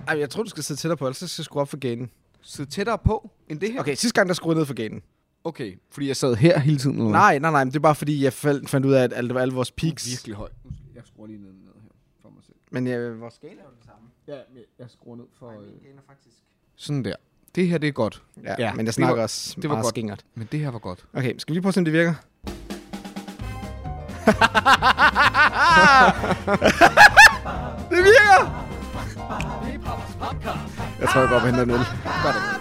Ej, jeg tror, du skal sidde tættere på, ellers skal jeg skrue op for gainen. Sidde tættere på end det her? Okay, sidste gang, der skruede ned for gainen. Okay, fordi jeg sad her hele tiden? Eller? Nej, men det er bare fordi, jeg fandt ud af, at alle vores peaks... Virkelig højt. Jeg skruer lige ned her for mig selv. Men vores skala er jo det samme. Ja, jeg skruer ned for... faktisk... Sådan der. Det her, det er godt. Ja, men jeg snakker også det var meget godt. skingert. Men det her var godt. Okay, skal vi lige prøve at se, om det virker? Det virker! Jeg tror, jeg går op og henter en øl. Gør det.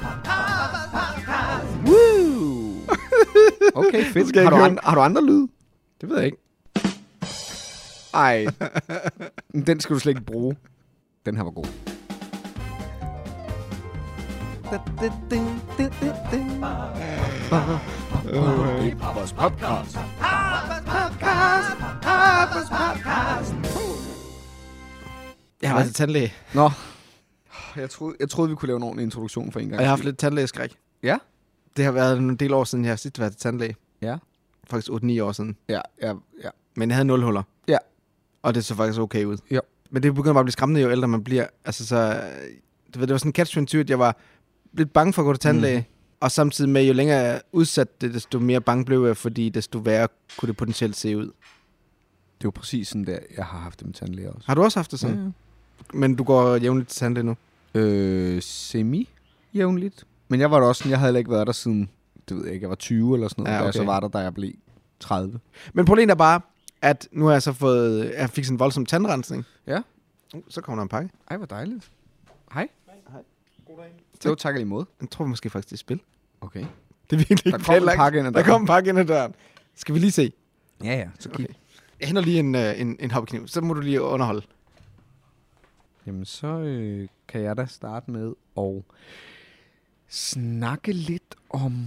Woo! Okay, fedt. Har du andre lyde? Det ved jeg ikke. Ej. Den skal du slet ikke bruge. Den her var god. Papas Podcast. Jeg har været til tandlæge, Nå. Jeg troede, vi kunne lave en ordentlig introduktion for en gang. og jeg har haft lidt tandlægeskræk. Ja? Det har været en del år siden, jeg har sidst været til tandlæge. Ja. Faktisk 8-9 år siden. Ja. Men jeg havde 0 huller. Ja. Og det så faktisk okay ud. Ja. Men det begynder bare at blive skræmmende, jo ældre man bliver. Altså så... Du ved, det var sådan en catch-22, at jeg var lidt bange for at gå til tandlæge. Og samtidig med, jo længere jeg udsatte det, desto mere bange blev jeg, fordi desto værre kunne det potentielt se ud. Det er jo præcis sådan der, jeg har haft det med tandlæger også. Har du også haft det sådan? Ja. Men du går jævnligt til tandlæge nu? Semi-jævnligt. Men jeg var da også sådan, jeg havde ikke været der siden, det ved jeg ikke, jeg var 20 eller sådan noget. Ja, Da jeg okay. så var der, da jeg blev 30. Men problemet er bare, at nu har jeg så fået... Jeg fik sådan en voldsom tandrensning. Ja. Så kommer der en pakke. Ej, hvor dejligt. Hej. Hej. God dag. Jo, tak lige imod. Jeg tror måske faktisk, det er spil. Okay. Det er virkelig Der ikke kom en planlagt. pakke ind ad Der døren. kom en pakke ind ad døren. Skal vi lige se? Ja. Så kig. Okay. Jeg henter lige en hoppekniv. Så må du lige underholde. Jamen, så kan jeg da starte med at snakke lidt om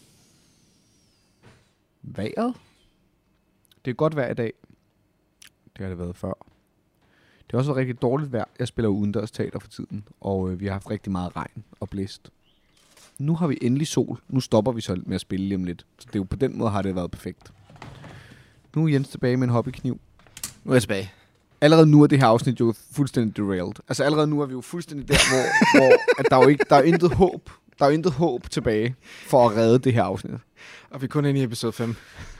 vejret. Det er godt vejr i dag. Det har det været før. Det har også været rigtig dårligt vejr. Jeg spiller udendørs teater for tiden, og vi har haft rigtig meget regn og blæst. Nu har vi endelig sol. Nu stopper vi så med at spille lige om lidt. Så det er jo på den måde har det været perfekt. Nu er Jens tilbage med en hobbykniv. Nu er jeg tilbage. Allerede nu er det her afsnit jo fuldstændig derailed. Altså allerede nu er vi jo fuldstændig der, hvor at der er jo intet håb. Der er jo intet håb tilbage for at redde det her afsnit. Og vi er kun inde i episode 5.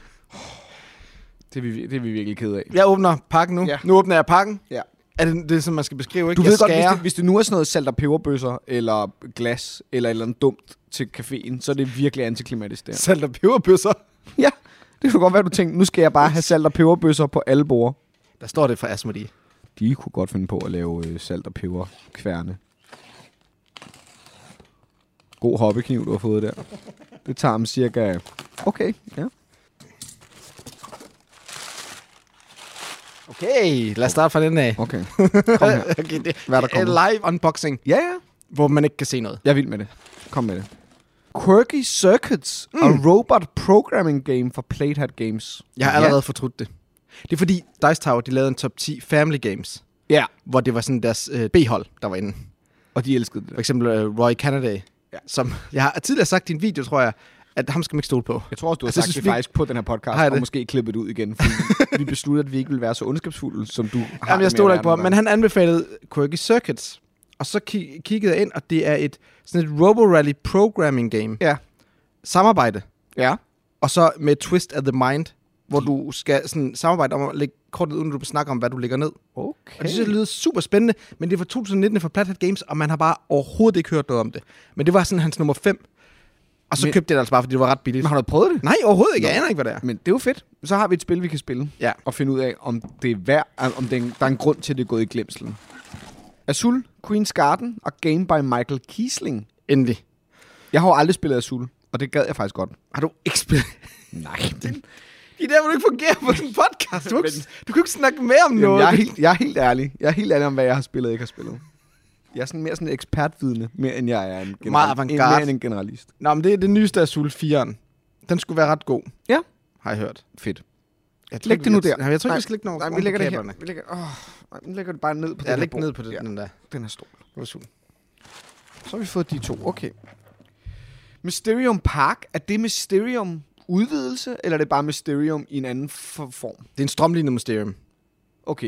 Det er vi virkelig ked af. Jeg åbner pakken nu. Ja. Nu åbner jeg pakken. Ja. Er det som man skal beskrive, ikke? Du Jeg ved skærer. godt, hvis det nu er sådan noget salt og peberbøsser, eller glas, eller et eller andet dumt til caféen, så er det virkelig antiklimatisk der. Salt og peberbøsser. Ja, det kunne godt være, du tænkte, nu skal jeg bare have salt og peberbøsser på alle borde. Der står det fra Asmodee. De kunne godt finde på at lave salt og peberkværne. God hobbykniv, du har fået der. Det tager dem cirka... Okay, ja. Okay, lad os starte fra den af. Okay, kom her. Okay, det Hvad er der er kommet? live unboxing, Ja, ja. hvor man ikke kan se noget. Jeg er vild med det. Kom med det. Quirky Circuits, a robot programming game for Playhat Games. Jeg har allerede fortrudt det. Det er fordi Dice Tower, de lavede en top 10 family games, Ja, hvor det var sådan deres B-hold, der var inde. og de elskede det. For eksempel Roy Canada, som jeg har tidligere sagt i en video, tror jeg, at ham skal man ikke stole på. Jeg tror også, du har Altså, sagt synes det vi- faktisk på den her podcast, Har jeg og det? måske klippet ud igen, fordi vi besluttede, at vi ikke ville være så ondskabsfulde, som du har. Jamen, det jeg med stoler at ikke på være ham, nogle men han anbefalede Quirky Circuits. Og så kiggede jeg ind, og det er sådan et Robo-Rally programming game. Ja. Samarbejde. Ja. Og så med Twist of the Mind, hvor du skal sådan samarbejde om at lægge kortet, uden at du snakker om, hvad du lægger ned. Okay. Og det synes jeg lyder super spændende, men det er fra 2019 fra Playhat Games, og man har bare overhovedet ikke hørt noget om det. Men det var sådan hans nummer 5. Og så købte jeg det altså bare, fordi det var ret billigt. Men har du prøvet det? Nej, overhovedet ikke. Jeg aner ikke, hvad det er. Men det er jo fedt. Så har vi et spil, vi kan spille. Ja. Og finde ud af, om det er værd, om der er en grund til, at det er gået i glemselen. Azul, Queen's Garden og Game by Michael Kiesling. Endelig. Jeg har jo aldrig spillet Azul, og det gad jeg faktisk godt. Har du ikke spillet? Nej. Det er der, hvor du ikke fungerer på den podcast. Du kan ikke snakke mere om noget. Jeg er helt ærlig. Jeg er helt ærlig om, hvad jeg har spillet og ikke har spillet. Jeg er sådan mere sådan en ekspertvidne, mere end jeg er en Meget avantgarde. mere end en generalist. Nå, men det er det nyeste af Azul 4'eren. Den skulle være ret god. Ja. Har jeg hørt. Fedt. Jeg Læg det nu der. Jeg tror ikke, vi skal lægge nogen. Nej, vi lægger det her. Vi lægger det bare ned på Ja, det læg her ned bord. på det, Ja, den der. den her stol. Azul. Så har vi fået de to. Okay. Mysterium Park. Er det Mysterium udvidelse, eller er det bare Mysterium i en anden form? Det er en strømlignet mysterium. Okay.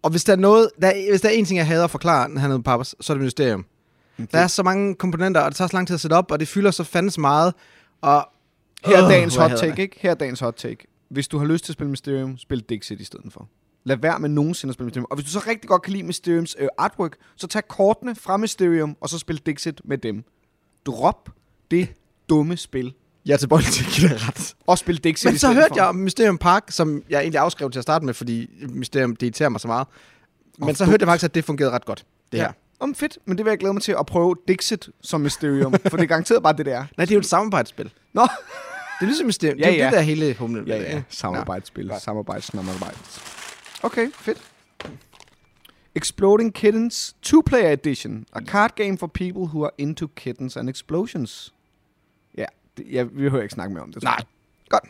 Og hvis der er noget, hvis der er en ting, jeg hader at forklare hernede på Papas, så er det Mysterium. Der er så mange komponenter, og det tager så lang tid at sætte op, og det fylder så fandens meget. Og her er dagens hot take, ikke? Her er dagens hot take. Hvis du har lyst til at spille Mysterium, spil Dixit i stedet for. Lad være med nogensinde at spille Mysterium. Og hvis du så rigtig godt kan lide Mysteriums artwork, så tag kortene fra Mysterium, og så spil Dixit med dem. Drop det dumme spil. Jeg er tilbøjelig til at give dig ret. Og spil Dixit Men så hørte jeg om Mysterium Park, som jeg egentlig afskrev til at starte med, fordi Mysterium, det irriterer mig så meget. Men så hørte jeg faktisk, at det fungerede ret godt, det her. Fedt, men det vil jeg glæde mig til at prøve Dixit som Mysterium, for det er garanteret bare det der. Nej, det er jo et samarbejdsspil. Nå. Det er ligesom Mysterium. Det er det der hele humlen. Ja. Samarbejdsspil. Ja. Samarbejds. Okay, fedt. Exploding Kittens 2-player edition. A card game for people who are into kittens and explosions. Ja, vi hører ikke snakke mere om det. Nej. Godt.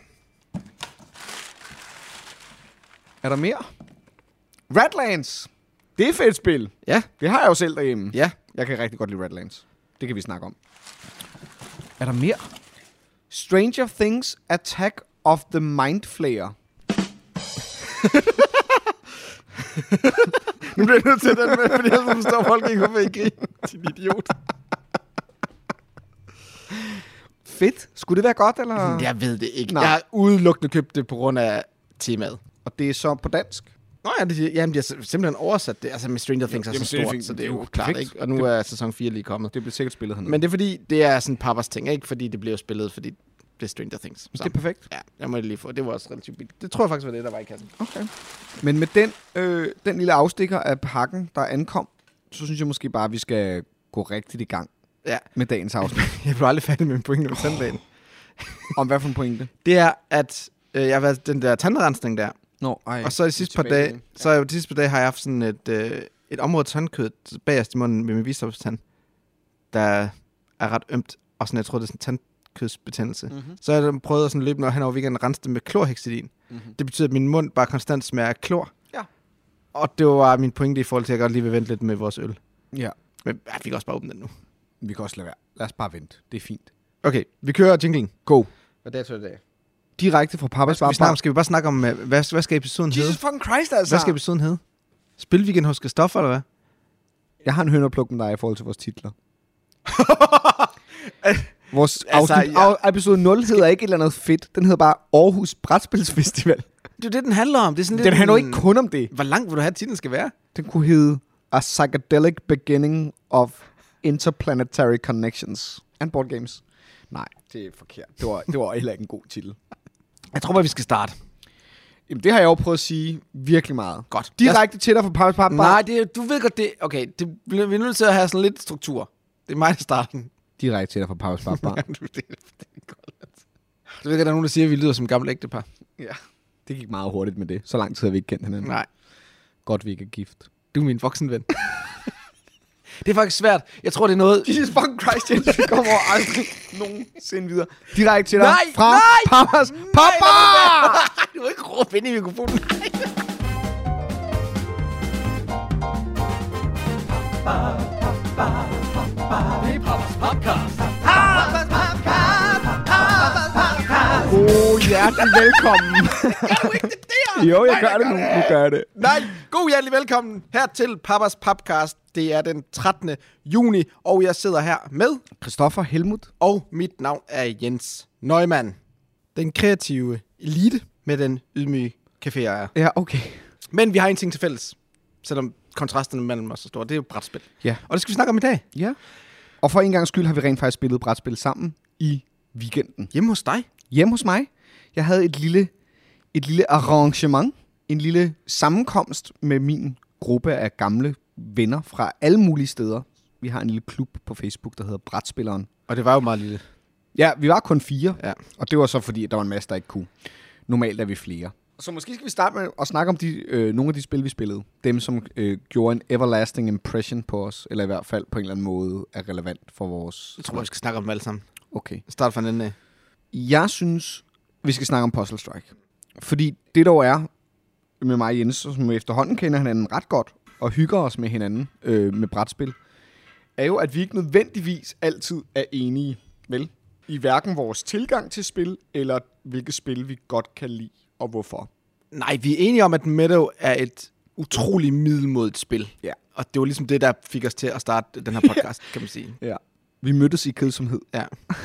Er der mere? Radlands. Det er et fedt spil. Ja. Det har jeg jo selv derhjemme. Ja. Jeg kan rigtig godt lide Radlands. Det kan vi snakke om. Er der mere? Stranger Things Attack of the Mind Flayer. Nu bliver jeg nødt til den med, fordi jeg forstår folk ikke, hvorfor I griner. Din idiot. Fedt. Skulle det være godt, eller? Jeg ved det ikke. Nej. Jeg har udelukkende købt det på grund af temaet. Og det er så på dansk? Nå ja, de har simpelthen oversat det. Altså med Stranger Things er så stort, så det er jo klart, ikke? Og nu er sæson 4 lige kommet. Det bliver sikkert spillet hernede. Men det er fordi, det er sådan Papas ting, ikke? Fordi det bliver spillet, fordi det er Stranger Things. Det er perfekt. Ja, jeg må det lige få. Det var også relativt billigt. Det tror jeg faktisk var det, der var i kassen. Okay. Men med den lille afstikker af pakken, der ankom, så synes jeg måske bare, at vi skal gå rigtigt i gang med dagens afsnit. Jeg blev aldrig færdig med en pointe om tandlægen. Om hvad for en pointe? Det er, at jeg har været den der tandrensning der. Og så de sidste par dage, har jeg haft sådan et område tandkød bagerst i munden med min visdomstand, der er ret ømt, og sådan, jeg tror, det er sådan tandkødsbetændelse. Mm-hmm. Så har jeg prøvet at sådan løbe hen over weekenden at rense det med klorhexidin. Mm-hmm. Det betyder, at min mund bare konstant smager af klor. Ja. Og det var min pointe i forhold til, at jeg godt lige vil vente lidt med vores øl. Ja. Men vi kan også bare åbne den nu. Vi kan også lade være. Lad os bare vente. Det er fint. Okay, vi kører jinglen. Go. Hvad dato er det i dag? Direkte fra Papas Bar. Skal vi bare snakke om, hvad skal episoden hedde? Jesus fucking Christ, altså. Hvad skal episoden hedde? Spilweekend hos Christoffer, eller hvad? Jeg har en hønderpluk med dig i forhold til vores titler. Vores episode 0 hedder ikke et eller andet fedt. Den hedder bare Aarhus Brætspilsfestival. Det er det, den handler om. Det er sådan den handler ikke kun om det. Hvor langt vil du have, at titlen skal være? Den kunne hedde A Psychedelic Beginning of Interplanetary Connections and Board Games. Nej, det er forkert. Det var heller ikke en god titel. Jeg tror bare, vi skal starte. Jamen, det har jeg jo prøvet at sige virkelig meget. Godt. Direkte til dig fra Papas Bar. Nej, du ved godt det. Okay, vi er nødt til at have sådan lidt struktur. Det er mig, der starter den. Direkte til dig fra Papas Bar. Du ved ikke, der er nogen, der siger, at vi lyder som gamle ægtepar. Ja, det gik meget hurtigt med det. Så lang tid har vi ikke kendt hinanden. Nej. Godt, vi ikke er gift. Du er min voksenven. Det er faktisk svært. Jeg tror, det er noget... Jesus fucking Christ, Jens. Vi kommer aldrig nogensinde videre. Direkte til dig fra Papas Papa! Du må ikke råbe ind i mikrofonen. Det er Papas Podcast. Hjertelig velkommen. Gør du ikke det der? Jo, jeg gør det nu. Nu gør jeg det. Nej, hjertelig velkommen her til Papas Podcast. Det er den 13. juni, og jeg sidder her med Christoffer Helmut. Og mit navn er Jens Neumann. Den kreative elite med den ydmyge caféejer. Ja, okay. Men vi har en ting til fælles, selvom kontrasterne mellem os er store. Det er jo brætspil. Ja. Og det skal vi snakke om i dag. Ja. Og for en gang skyld har vi rent faktisk spillet brætspil sammen i weekenden. Hjemme hos dig? Hjemme hos mig. Jeg havde et lille arrangement. En lille sammenkomst med min gruppe af gamle venner fra alle mulige steder. Vi har en lille klub på Facebook, der hedder Brætspilleren. Og det var jo meget lille. Ja, vi var kun 4. Ja. Og det var så fordi, at der var en masse, der ikke kunne. Normalt er vi flere. Så måske skal vi starte med at snakke om nogle af de spil, vi spillede. Dem, som gjorde en everlasting impression på os. Eller i hvert fald på en eller anden måde er relevant for vores... Jeg tror, vi skal snakke om dem alle sammen. Okay. Start fra den ende af. Jeg synes, vi skal snakke om Puzzle Strike. Fordi det dog er med mig og Jens, som efterhånden kender hinanden ret godt, og hygger os med hinanden med brætspil, er jo, at vi ikke nødvendigvis altid er enige, vel? I hverken vores tilgang til spil, eller hvilke spil vi godt kan lide, og hvorfor. Nej, vi er enige om, at Meadow er et utrolig middelmodigt spil. Ja. Og det var ligesom det, der fik os til at starte den her podcast, kan man sige. Ja. Vi mødtes i kedsomhed. Ja.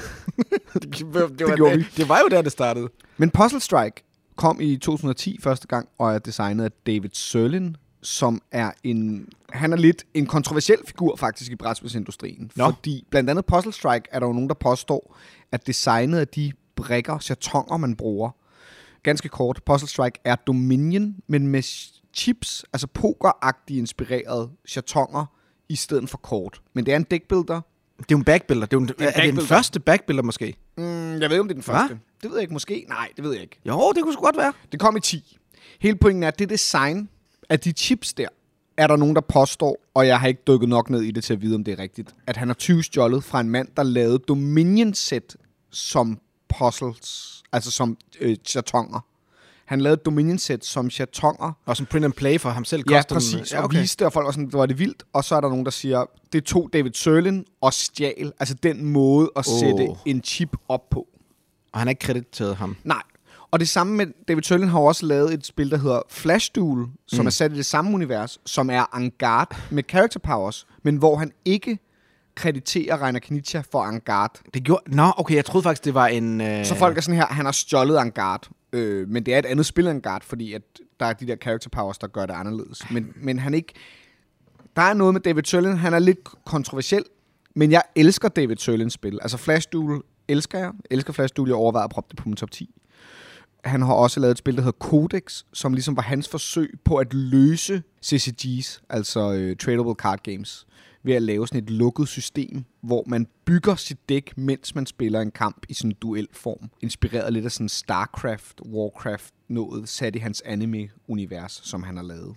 Det var jo der, det startede. Men Puzzle Strike kom i 2010 første gang, og er designet af David Sirlin, som er han er lidt en kontroversiel figur faktisk i brætspilsindustrien. Fordi blandt andet Puzzle Strike er der jo nogen, der påstår, at designet af de brikker, chatonger, man bruger, ganske kort, Puzzle Strike er Dominion, men med chips, altså pokeragtigt inspireret chatonger, i stedet for kort. Men det er en deckbuilder. Det er jo en backbuilder. Er det den første backbuilder måske? Jeg ved ikke, om det er den første. Det ved jeg ikke. Måske? Nej, det ved jeg ikke. Jo, det kunne sgu godt være. Det kom i 10. Hele pointen er, at det design af de chips der, er der nogen, der påstår, og jeg har ikke dykket nok ned i det til at vide, om det er rigtigt, at han har tyvstjålet fra en mand, der lavede Dominion-sæt som puzzles, altså som chatonger. Han lavede Dominion-sæt som chatonger. Og som print and play for ham selv. Ja, præcis. Og viste, og folk var sådan, det var det vildt. Og så er der nogen, der siger, det tog David Sirlin og stjal, altså den måde at sætte en chip op på. Og han har ikke krediteret ham. Nej. Og det samme med, David Sirlin har også lavet et spil, der hedder Flash Duel, som er sat i det samme univers, som er en guard med character powers, men hvor han ikke krediterer Reiner Knizia for en guard. Det gjorde... Nå, okay, jeg troede faktisk, det var en... Så folk er sådan her, han har stjålet en guard. Men det er et andet spil end guard, fordi at der er de der character powers, der gør det anderledes. Men han ikke... Der er noget med David Sirlin, han er lidt kontroversiel, men jeg elsker David Sirlins spil. Altså Flash Duel elsker jeg. Jeg elsker Flash Duel, jeg overvejer at proppe det på min top 10. Han har også lavet et spil, der hedder Codex, som ligesom var hans forsøg på at løse CCG's, altså Tradable Card Games, ved at lave sådan et lukket system, hvor man bygger sit dæk, mens man spiller en kamp i sådan en duelform. Inspireret lidt af sådan StarCraft, Warcraft, noget sat i hans anime-univers, som han har lavet.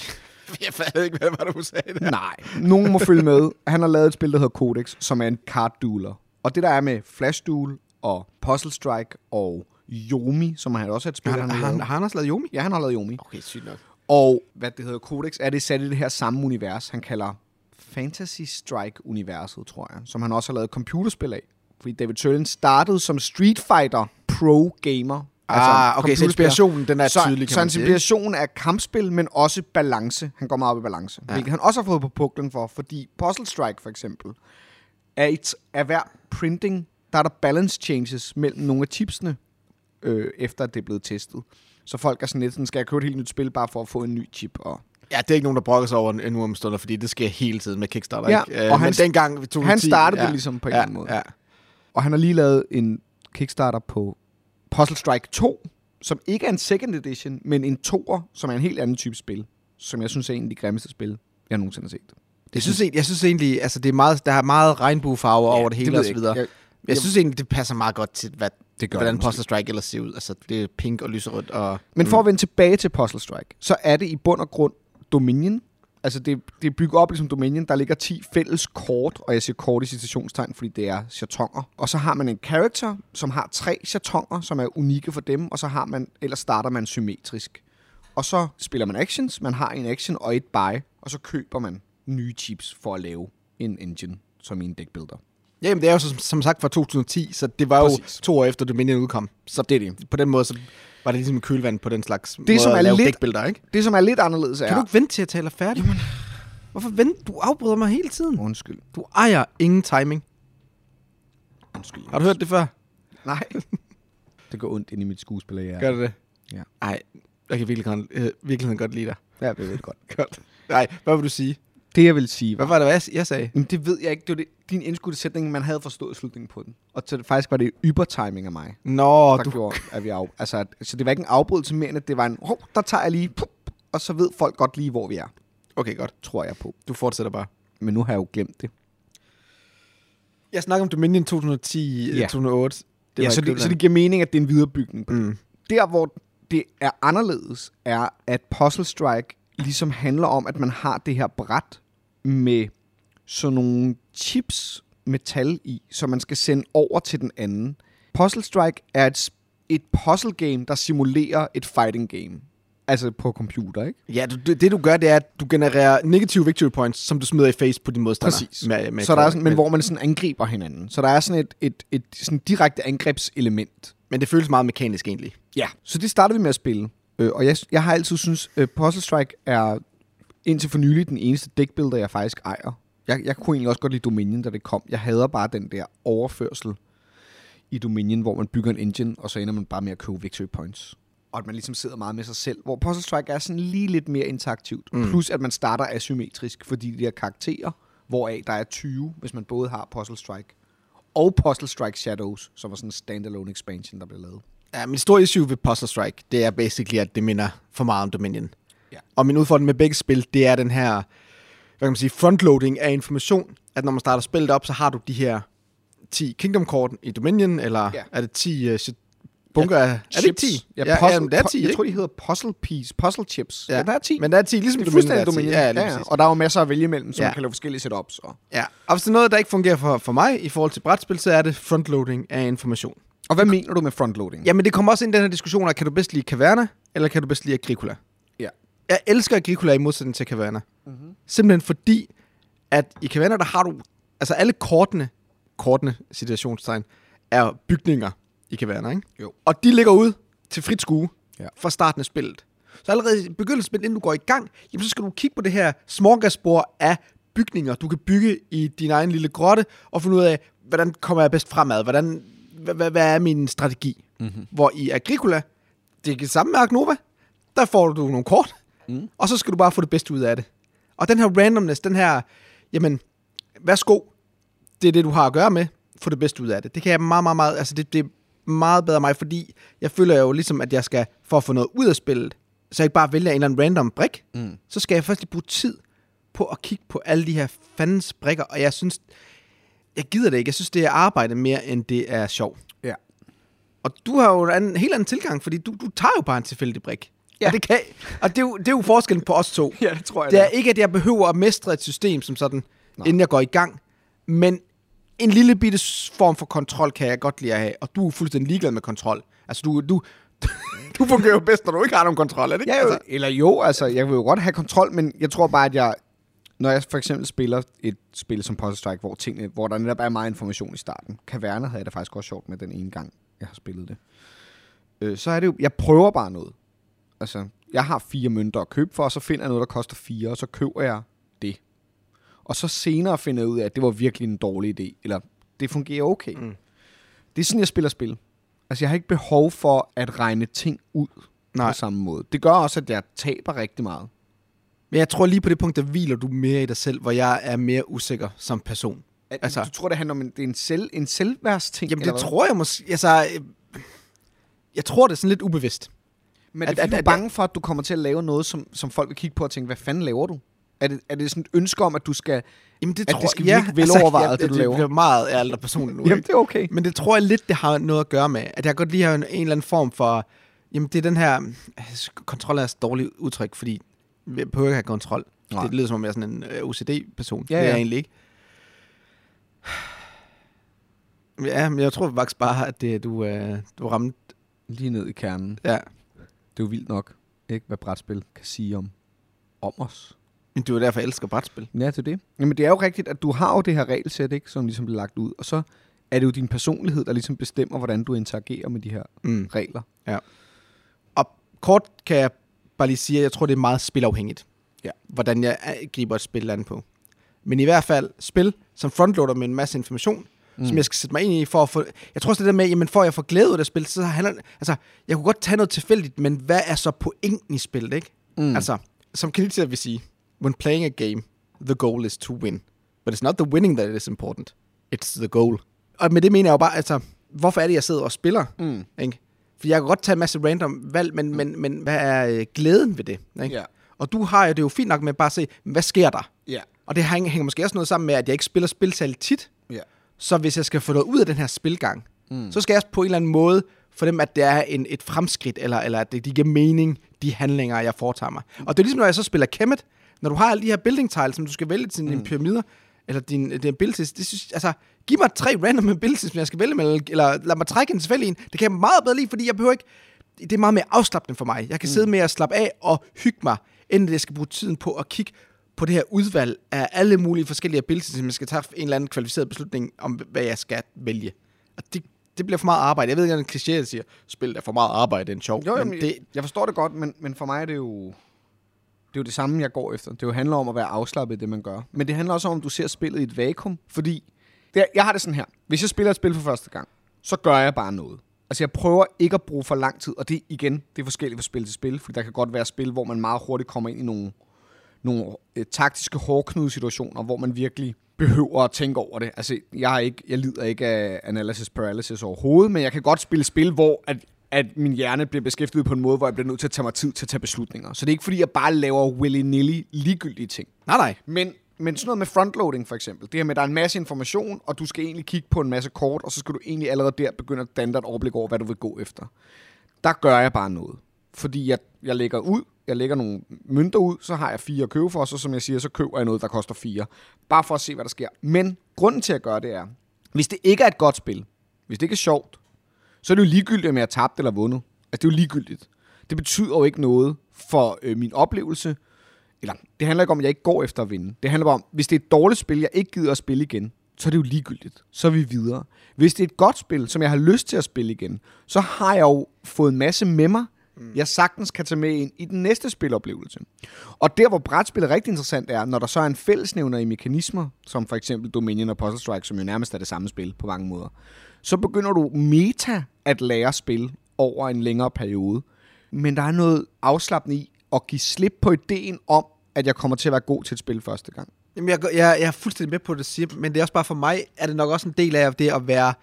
Jeg fattede ikke, hvad var det, du sagde der? Nej, nogen må følge med. Han har lavet et spil, der hedder Codex, som er en card dueler. Og det der er med Flash Duel og Puzzle Strike og Yomi, som han også har et spil, Har han også lavet Yomi? Ja, han har lavet Yomi. Okay, sygt nok. Og hvad det hedder, Codex, er det sat i det her samme univers, han kalder Fantasy Strike-universet, tror jeg, som han også har lavet computerspil af. Fordi David Sirlin startede som Street Fighter pro-gamer. Altså okay, så inspirationen, den er tydelig, så hans inspiration er kampspil, men også balance. Han går meget op i balance. Ja. Hvilket han også har fået på puklen for, fordi Puzzle Strike, for eksempel, er hver printing, der er der balance changes mellem nogle af chipsene, efter at det er blevet testet. Så folk er sådan lidt sådan, skal jeg købe et helt nyt spil, bare for at få en ny chip? Og ja, det er ikke nogen, der brokker sig over en omstunder, fordi det sker hele tiden med Kickstarter. Ja, ikke? Og men dengang vi tog han startede det ligesom på en eller anden måde. Ja. Og han har lige lavet en Kickstarter på Puzzle Strike 2, som ikke er en second edition, men en toer, som er en helt anden type spil, som jeg synes er en af de grimmeste spil, jeg nogensinde har set. Jeg synes egentlig, altså det er meget, der er meget regnbuefarver over det hele og så videre. Jeg synes egentlig, det passer meget godt til, hvordan Puzzle Strike ellers ser ud. Altså det er pink og lyserødt. Men for at vende tilbage til Puzzle Strike, så er det i bund og grund Dominion. Altså det er bygget op ligesom Dominion. Der ligger 10 fælles kort, og jeg siger kort i citationstegn, fordi det er chatonger. Og så har man en character, som har 3 chatonger, som er unikke for dem, og så ellers starter man symmetrisk. Og så spiller man actions. Man har en action og et buy, og så køber man nye chips for at lave en engine, som i en deckbuilder. Jamen, det er jo som sagt fra 2010, så det var jo 2 år efter Dominion udkom. Så det er det. På den måde, så var det ligesom en kølvand på den slags måde at lave deckbuilder, ikke? Det, som er lidt anderledes, er... Kan du ikke vente til at tale færdig? Jamen. Hvorfor vente? Du afbryder mig hele tiden. Undskyld. Du ejer ingen timing. Undskyld. Har du hørt det før? Nej. Det går ondt ind i mit skuespillerhjerte. Gør det? Ja. Ej, jeg kan virkelig godt lide dig. Ja, det ved godt. Godt. Nej, hvad vil du sige? Det, jeg vil sige... Hvad var det, jeg sagde? Jamen, det ved jeg ikke. Det var din indskudte sætning, man havde forstået slutningen på den. Og så faktisk var det ybertiming af mig. Nå, der gjorde, at vi så det var ikke en afbrydelse mere, end at det var en... der tager jeg lige... og så ved folk godt lige, hvor vi er. Okay, godt. Tror jeg på. Du fortsætter bare. Men nu har jeg jo glemt det. Jeg snakker om Dominion 2010, 2008. Ja, så det giver mening, at det er en viderebygning. Der, hvor det er anderledes, er, at Puzzle Strike ligesom handler om, at man har det her bræt med sådan nogle chips metal i, som man skal sende over til den anden. Puzzle Strike er et puzzle game, der simulerer et fighting game. Altså på computer, ikke? Ja, det du gør, det er, at du genererer negative victory points, som du smider i face på din modstander. Præcis. Så der er sådan, men hvor man sådan angriber hinanden. Så der er sådan et sådan direkte angrebselement. Men det føles meget mekanisk egentlig. Ja, så det startede vi med at spille. Og jeg har altid synes Puzzle Strike er indtil for nylig den eneste deckbuilder, jeg faktisk ejer. Jeg kunne egentlig også godt lide Dominion, da det kom. Jeg hader bare den der overførsel i Dominion, hvor man bygger en engine, og så ender man bare med at købe victory points. Og at man ligesom sidder meget med sig selv. Hvor Puzzle Strike er sådan lige lidt mere interaktivt. Plus at man starter asymmetrisk, fordi de der karakterer, hvoraf der er 20, hvis man både har Puzzle Strike og Puzzle Strike Shadows, som var sådan en standalone expansion, der blev lavet. Ja, min store issue ved Puzzle Strike, det er basically, at det minder for meget om Dominion. Ja. Og min udfordring med begge spil, det er den her, hvad kan man sige, frontloading af information. At når man starter spillet op, så har du de her 10 Kingdom-kort i Dominion, eller er det 10 bunker af... Er det 10? Ja, det er 10, jeg tror, de hedder puzzle chips. Ja, der er 10. Men der er 10, ligesom det er Dominion. Dominion. Ja. Og der er jo masser at vælge imellem, så man kan lave forskellige setups. Ja, og hvis det er noget, der ikke fungerer for mig i forhold til brætspil, så er det frontloading af information. Og hvad mener du med frontloading? Jamen, det kommer også ind i den her diskussion af, kan du bedst lide Caverna, eller kan du bedst lide Agricola? Ja. Jeg elsker Agricola i modsætning til Caverna. Mm-hmm. Simpelthen fordi, at i Caverna, der har du... Altså alle kortene, situationstegn, er bygninger i Caverna, ikke? Jo. Og de ligger ud til frit skue fra starten af spillet. Så allerede i begyndelsen af spillet, inden du går i gang, jamen, så skal du kigge på det her smorgasbord af bygninger, du kan bygge i din egen lille grotte, og finde ud af, hvordan kommer jeg bedst fremad? Hvad er min strategi? Mm-hmm. Hvor i Agricola, det er det samme med Ark Nova, der får du nogle kort, og så skal du bare få det bedste ud af det. Og den her randomness, den her, jamen, værsgo, det er det, du har at gøre med, få det bedste ud af det. Det kan jeg meget, altså det er meget bedre mig, fordi jeg føler jo ligesom, at jeg skal, for at få noget ud af spillet, så jeg ikke bare vælger en eller anden random brik, så skal jeg først lige bruge tid på at kigge på alle de her fandens brikker, og jeg synes, jeg gider det ikke. Jeg synes, det er arbejde mere, end det er sjov. Ja. Og du har jo en helt anden tilgang, fordi du tager jo bare en tilfældig brik. Ja. Og det er jo forskellen på os to. Ja, det tror jeg. Det er ikke, at jeg behøver at mestre et system som sådan, inden jeg går i gang, men en lille bitte form for kontrol kan jeg godt lide at have, og du er fuldstændig ligeglad med kontrol. Altså, du fungerer jo bedst, når du ikke har nogen kontrol, er det ikke? Ja, altså, jeg vil jo godt have kontrol, men jeg tror bare, at når jeg for eksempel spiller et spil som Puzzle Strike, hvor der netop er meget information i starten. Caverna havde jeg da faktisk også sjovt med den ene gang, jeg har spillet det. Så er det jo, jeg prøver bare noget. Altså, jeg har 4 mønter at købe for, og så finder jeg noget, der koster 4, og så køber jeg det. Og så senere finder jeg ud af, at det var virkelig en dårlig idé, eller det fungerer okay. Det er sådan, jeg spiller spil. Altså, jeg har ikke behov for at regne ting ud på samme måde. Det gør også, at jeg taber rigtig meget. Men jeg tror lige på det punkt, der hviler du mere i dig selv, hvor jeg er mere usikker som person. Altså, du tror, det handler om en selvværdsting? Jamen, det tror jeg måske. Altså, jeg tror, det er sådan lidt ubevidst. Men er du bange for, at du kommer til at lave noget, som folk vil kigge på og tænke, hvad fanden laver du? Er det sådan et ønske om, at du skal... Jamen, det skal virkelig velovervejet, det du laver? Det bliver meget af aldrig personligt nu. Jamen, det er okay. Men det tror jeg lidt, det har noget at gøre med. At jeg godt lige har en eller anden form for... Jamen, det er den her... Kontrol er et dårligt udtryk, fordi jeg behøver ikke have kontrol. Det lyder som om jeg er sådan en OCD-person. Ja, det er jeg egentlig ikke. Ja, men jeg tror faktisk bare, at det, du ramte... Lige ned i kernen. Ja. Det er jo vildt nok, ikke, hvad brætspil kan sige om os. Men det er jo derfor, jeg elsker brætspil. Ja, det er det. Jamen, det er jo rigtigt, at du har jo det her regelsæt, ikke, som ligesom bliver lagt ud, og så er det jo din personlighed, der ligesom bestemmer, hvordan du interagerer med de her regler. Ja. Og kort kan jeg bare lige sige, at jeg tror, det er meget spilafhængigt, hvordan jeg griber et spil an på. Men i hvert fald spil, som frontloader med en masse information, som jeg skal sætte mig ind i for at få... Jeg tror også det der med, jamen for at jeg får glæde ud af det spil, så handler... Altså, jeg kunne godt tage noget tilfældigt, men hvad er så pointen i spillet, ikke? Altså, som Knizia vil sige, when playing a game, the goal is to win. But it's not the winning that is important. It's the goal. Og med det mener jeg jo bare, altså, hvorfor er det, jeg sidder og spiller? Ikke? For jeg kan godt tage en masse random valg, men hvad er glæden ved det? Ikke? Yeah. Og du har jo det jo fint nok med bare at se, hvad sker der? Yeah. Og det hænger måske også noget sammen med, at jeg ikke spiller spil særligt tit. Yeah. Så hvis jeg skal få noget ud af den her spilgang, så skal jeg på en eller anden måde for dem, at det er et fremskridt, eller at de giver mening, de handlinger, jeg foretager mig. Og det er ligesom, når jeg så spiller Kemet, når du har alle de her building tiles, som du skal vælge til dine pyramider, eller dine abilities, det synes, altså, giv mig 3 random abilities, som jeg skal vælge med, eller lad mig trække en tilfældig en. Det kan jeg meget bedre lide, fordi jeg behøver ikke, det er meget mere afslappende for mig. Jeg kan sidde med at slappe af og hygge mig, inden jeg skal bruge tiden på at kigge på det her udvalg af alle mulige forskellige abilities, som jeg skal tage en eller anden kvalificeret beslutning om, hvad jeg skal vælge. Og det bliver for meget arbejde. Jeg ved ikke, at en kliché, der siger, spil er for meget arbejde, det er en sjov. Jo, jeg forstår det godt, men for mig er det jo det samme, jeg går efter. Det jo handler om at være afslappet i det, man gør. Men det handler også om, du ser spillet i et vakuum, fordi jeg har det sådan her. Hvis jeg spiller et spil for første gang, så gør jeg bare noget. Altså, jeg prøver ikke at bruge for lang tid, og det er forskelligt fra spil til spil, fordi der kan godt være spil, hvor man meget hurtigt kommer ind i nogle taktiske hårdknude-situationer, hvor man virkelig behøver at tænke over det. Altså, jeg lider ikke af analysis paralysis overhovedet, men jeg kan godt spille spil, hvor at min hjerne bliver beskæftiget på en måde, hvor jeg bliver nødt til at tage mig tid til at tage beslutninger. Så det er ikke, fordi jeg bare laver willy-nilly ligegyldige ting. Nej. Men sådan noget med frontloading for eksempel, det her med, at der er en masse information, og du skal egentlig kigge på en masse kort, og så skal du egentlig allerede der begynde at danne dig et overblik over, hvad du vil gå efter. Der gør jeg bare noget. Fordi jeg lægger nogle mønter ud, så har jeg 4 at købe for, og så som jeg siger, så køber jeg noget, der koster 4. Bare for at se, hvad der sker. Men grunden til at gøre det er, hvis det ikke er et godt spil, hvis det ikke er sjovt, så er det jo ligegyldigt, om jeg har tabt eller vundet. Altså, det er jo ligegyldigt. Det betyder jo ikke noget for min oplevelse. Eller, det handler ikke om, at jeg ikke går efter at vinde. Det handler bare om, hvis det er et dårligt spil, jeg ikke gider at spille igen, så er det jo ligegyldigt. Så er vi videre. Hvis det er et godt spil, som jeg har lyst til at spille igen, så har jeg jo fået en masse med mig, jeg sagtens kan tage med ind i den næste spiloplevelse. Og der, hvor brætspil er rigtig interessant, er, når der så er en fællesnævner i mekanismer, som for eksempel Dominion og Puzzle Strike, som jo nærmest er det samme spil på mange måder, så begynder du meta at lære spil over en længere periode. Men der er noget afslappende i at give slip på ideen om, at jeg kommer til at være god til et spil første gang. Jamen, jeg er fuldstændig med på det, siger, men det er også bare for mig, er det nok også en del af det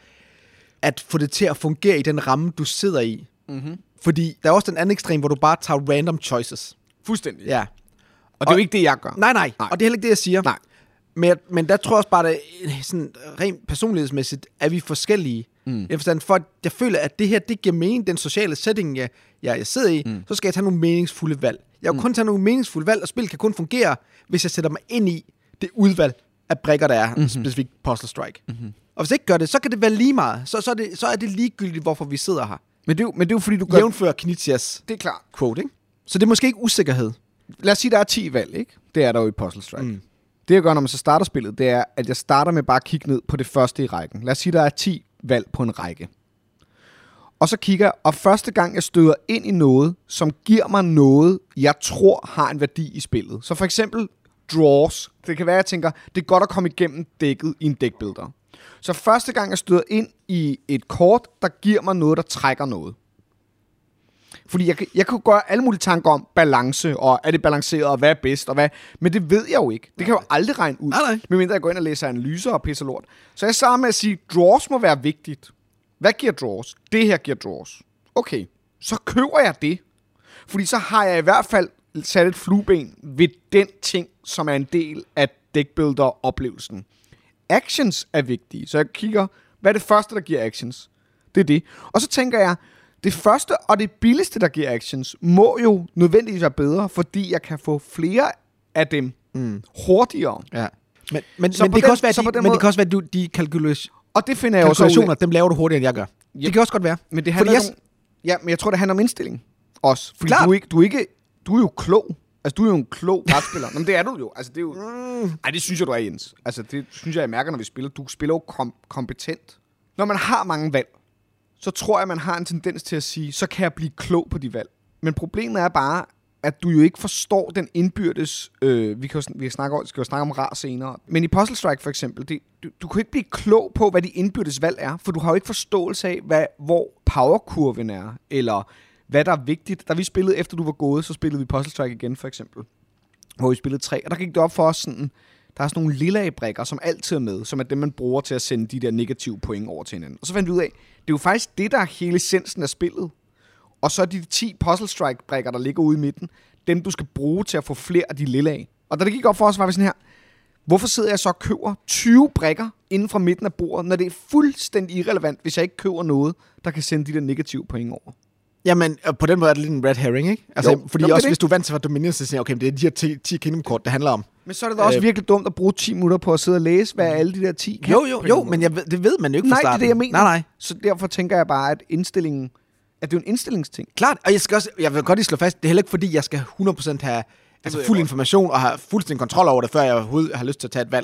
at få det til at fungere i den ramme, du sidder i. Mm-hmm. Fordi der er også den anden ekstrem, hvor du bare tager random choices. Fuldstændig. Ja. Og det er jo ikke det, jeg gør. Nej. Og det er heller ikke det, jeg siger. Nej. Men der tror jeg også bare, at sådan rent personlighedsmæssigt er vi forskellige. Jeg forstand for, at jeg føler, at det her, det giver mening, den sociale setting, jeg sidder i, så skal jeg tage nogle meningsfulde valg. Jeg kan kun tage nogle meningsfulde valg, og spil kan kun fungere, hvis jeg sætter mig ind i det udvalg af brikker, der er, specifikt Puzzle Strike. Og hvis jeg ikke gør det, så kan det være lige meget. Så er det ligegyldigt, hvorfor vi sidder her. Men det er jo fordi, du gør... Jævnfører Knizias det er klart. Quote, ikke? Så det er måske ikke usikkerhed. Lad os sige, der er 10 valg, ikke? Det er der jo i Puzzle Strike. Det jeg gør, når man så starter spillet, det er, at jeg starter med bare at kigge ned på det første i rækken. Lad os sige, der er 10 valg på en række. Og så kigger jeg, og første gang jeg støder ind i noget, som giver mig noget, jeg tror har en værdi i spillet. Så for eksempel draws. Det kan være, jeg tænker, det er godt at komme igennem dækket i en deckbuilder. Så første gang jeg støder ind i et kort, der giver mig noget, der trækker noget. Fordi jeg kan gøre alle mulige tanker om balance, og er det balanceret, og hvad er bedst, og hvad... Men det ved jeg jo ikke. Det kan jeg jo aldrig regne ud. Nej. Medmindre jeg går ind og læser analyser og pisser lort. Så jeg starter med at sige, draws må være vigtigt. Hvad giver draws? Det her giver draws. Okay, så køber jeg det. Fordi så har jeg i hvert fald sat et flueben ved den ting, som er en del af deckbuilder-oplevelsen. Actions er vigtige, så jeg kigger, hvad er det første, der giver actions? Det er det. Og så tænker jeg, det første og det billigste, der giver actions, må jo nødvendigvis være bedre, fordi jeg kan få flere af dem hurtigere. Ja. Men det kan også være, de kalkulationer, og det finder jeg også dem laver du hurtigere, end jeg gør. Yep. Det kan også godt være. Men det handler men jeg tror, det handler om indstilling også. Fordi du er jo klog. Altså, du er jo en klog brætspiller. Men det er du jo. Altså, det er jo... Ej, det synes jeg, du er, Jens. Altså, det synes jeg mærker, når vi spiller. Du spiller jo kompetent. Når man har mange valg, så tror jeg, man har en tendens til at sige, så kan jeg blive klog på de valg. Men problemet er bare, at du jo ikke forstår den indbyrdes... Vi skal jo snakke om rar senere. Men i Puzzle Strike for eksempel, du kan ikke blive klog på, hvad de indbyrdes valg er, for du har jo ikke forståelse af, hvor powerkurven er, eller hvad der er vigtigt. Da vi spillede efter du var gået, så spillede vi Puzzle Strike igen for eksempel, hvor vi spillede 3, og der gik det op for os sådan... Der er sådan nogle lilla brikker, som altid er med, som er dem, man bruger til at sende de der negative point over til hinanden. Og så fandt vi ud af, det er jo faktisk det, der er hele essensen af spillet. Og så er de 10 Puzzle Strike-brikker, der ligger ude i midten, dem du skal bruge til at få flere af de lilla. Og da det gik op for os, var vi sådan her, hvorfor sidder jeg så og køber 20 brikker inden fra midten af bordet, når det er fuldstændig irrelevant, hvis jeg ikke køber noget, der kan sende de der negative point over? Jamen, på den måde er det lidt en red herring, ikke? Altså, jo, fordi også hvis du er vant til at Dominion, så siger okay, det er de her 10 Kingdom-kort, det handler om. Men så er det da også virkelig dumt at bruge 10 minutter på at sidde og læse, hvad alle de der 10 kan. Jo, men det ved man jo ikke fra starten. Nej, det er det, jeg mener. Nej. Så derfor tænker jeg bare, at indstillingen, at det er en indstillingsting. Klart, og jeg vil godt lige slå fast, det er heller ikke fordi, jeg skal 100% have fuld information og have fuldstændig kontrol over det, før jeg overhovedet har lyst til at tage et valg.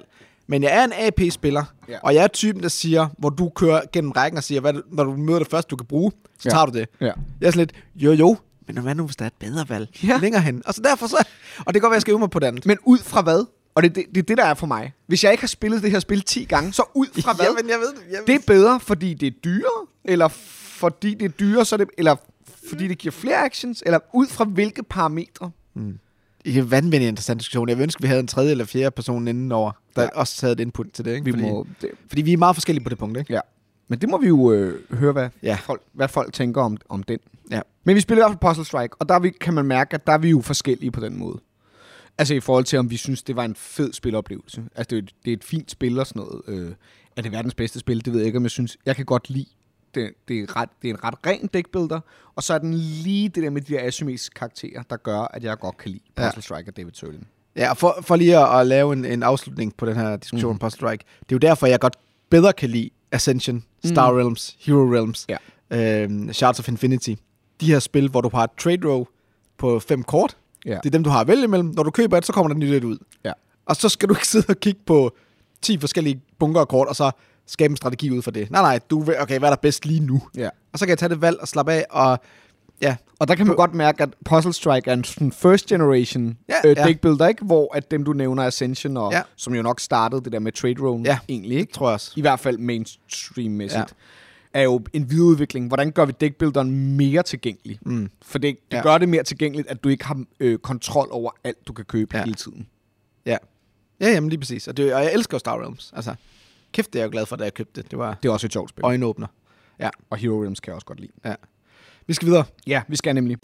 Men jeg er en AP-spiller, og jeg er typen, der siger, hvor du kører gennem rækken og siger, når du møder det første, du kan bruge, så tager du det. Ja. Jeg er sådan lidt, jo, men hvad nu, hvis der er et bedre valg længere hen? Og så derfor så... Og det går, at jeg skal øve mig på den. Men ud fra hvad? Og det er det, der er for mig. Hvis jeg ikke har spillet det her spil 10 gange, så ud fra hvad? Jamen, jeg ved. Det er bedre, fordi det er dyrere, eller fordi det er dyrere, så det, eller fordi det giver flere actions, eller ud fra hvilke parametre? Det er en vanvittig interessant diskussion. Jeg vil ønske, vi havde en tredje eller fjerde person indenover, der også havde et input til det. Ikke? Fordi vi er meget forskellige på det punkt. Ikke? Ja. Men det må vi jo høre, hvad folk tænker om den. Ja. Men vi spiller i hvert fald Puzzle Strike, og der kan man mærke, at der er vi jo forskellige på den måde. Altså i forhold til, om vi synes, det var en fed spiloplevelse. Altså det er et fint spil og sådan noget. Er det verdens bedste spil? Det ved jeg ikke, om jeg synes. Jeg kan godt lide. Det er en ret ren deckbuilder, og så er den lige det der med de der asymmetriske karakterer, der gør, at jeg godt kan lide Puzzle Strike og David Sirlin. Ja, og for lige at lave en afslutning på den her diskussion om Puzzle Strike, det er jo derfor, jeg godt bedre kan lide Ascension, Star Realms, Hero Realms, Shards of Infinity. De her spil, hvor du har et trade row på 5 kort. Ja. Det er dem, du har at vælge imellem. Når du køber et, så kommer der nyt ud. Ja. Og så skal du ikke sidde og kigge på 10 forskellige bunker af kort, og så skabe en strategi ud for det. Nej, okay, hvad er der bedst lige nu? Ja. Og så kan jeg tage det valg og slappe af, og ja. Og der kan man godt mærke, at Puzzle Strike er en first generation deckbuilder, ikke? Hvor at dem, du nævner, Ascension, som jo nok startede det der med trade row, egentlig, ikke? Tror jeg også. I hvert fald mainstream-mæssigt. Er jo en videreudvikling. Hvordan gør vi deckbuilderen mere tilgængelig? For det gør det mere tilgængeligt, at du ikke har kontrol over alt, du kan købe hele tiden. Ja. Ja, jamen lige præcis. Og jeg elsker Star Realms. Altså, kæft, det er jeg jo glad for, da jeg købte det. Det er også et sjovt spil. Øjenåbner. Ja. Og Hero Realms kan jeg også godt lide. Ja. Vi skal videre. Ja, vi skal nemlig.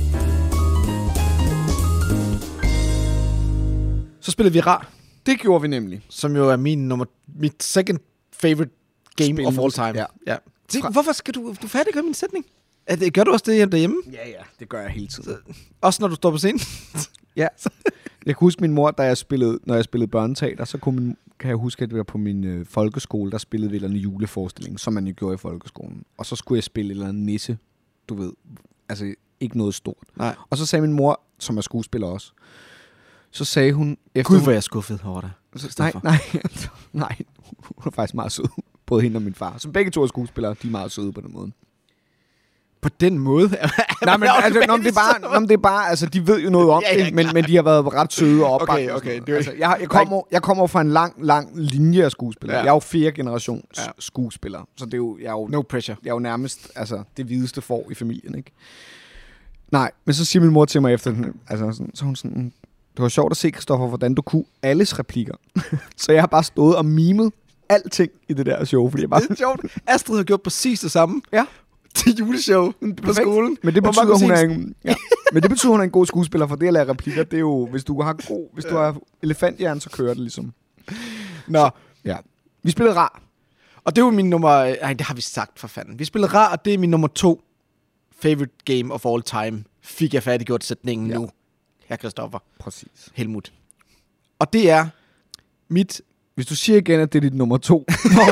Så spillede vi Ra. Det gjorde vi nemlig. Som jo er mit second favorite game of all time. Ja. Hvorfor skal du færdiggøre min sætning? Gør du også det derhjemme? Ja, det gør jeg hele tiden. Også når du står på scenen? Ja. Jeg kan huske min mor, når jeg spillede børneteater, så kan jeg huske, at det var på min folkeskole, der spillede vi en juleforestilling, som man jo gjorde i folkeskolen. Og så skulle jeg spille et eller andet nisse, du ved. Altså ikke noget stort. Nej. Og så sagde min mor, som er skuespiller også, så sagde hun... Gud, hvor jeg skuffet over dig. Nej, hun er faktisk meget sød. Både hende og min far. Som begge to er skuespillere, de er meget søde på den måde. På den måde? Nej, men det er bare, altså, de ved jo noget om det, men de har været ret søde og opbakket. Okay. Altså, jeg kommer fra en lang linje af skuespillere. Jeg er jo 4. generation skuespiller, så det er jo, jeg er jo... No pressure. Jeg er jo nærmest det hvideste får i familien, ikke? Nej, men så siger min mor til mig efter, så hun sådan, det var sjovt at se, Christoffer, hvordan du kunne alles replikker. Så jeg har bare stået og mimet alting i det der show, fordi jeg bare... Det er sjovt. Astrid har gjort præcis det samme. Ja. Til juleshow på skolen. Men det betyder, men det betyder, hun er en god skuespiller, for det at lære replikker, det er jo, hvis du har elefanthjern, så kører det ligesom. Nå. Så, ja. Vi spillede Ra. Og det var min nummer... Nej, det har vi sagt for fanden. Vi spillede Ra, og det er min nummer 2 favorite game of all time. Fik jeg færdiggjort sætningen nu. Herr Christoffer. Præcis. Helmut. Og det er mit... Hvis du siger igen, at det er dit nummer 2,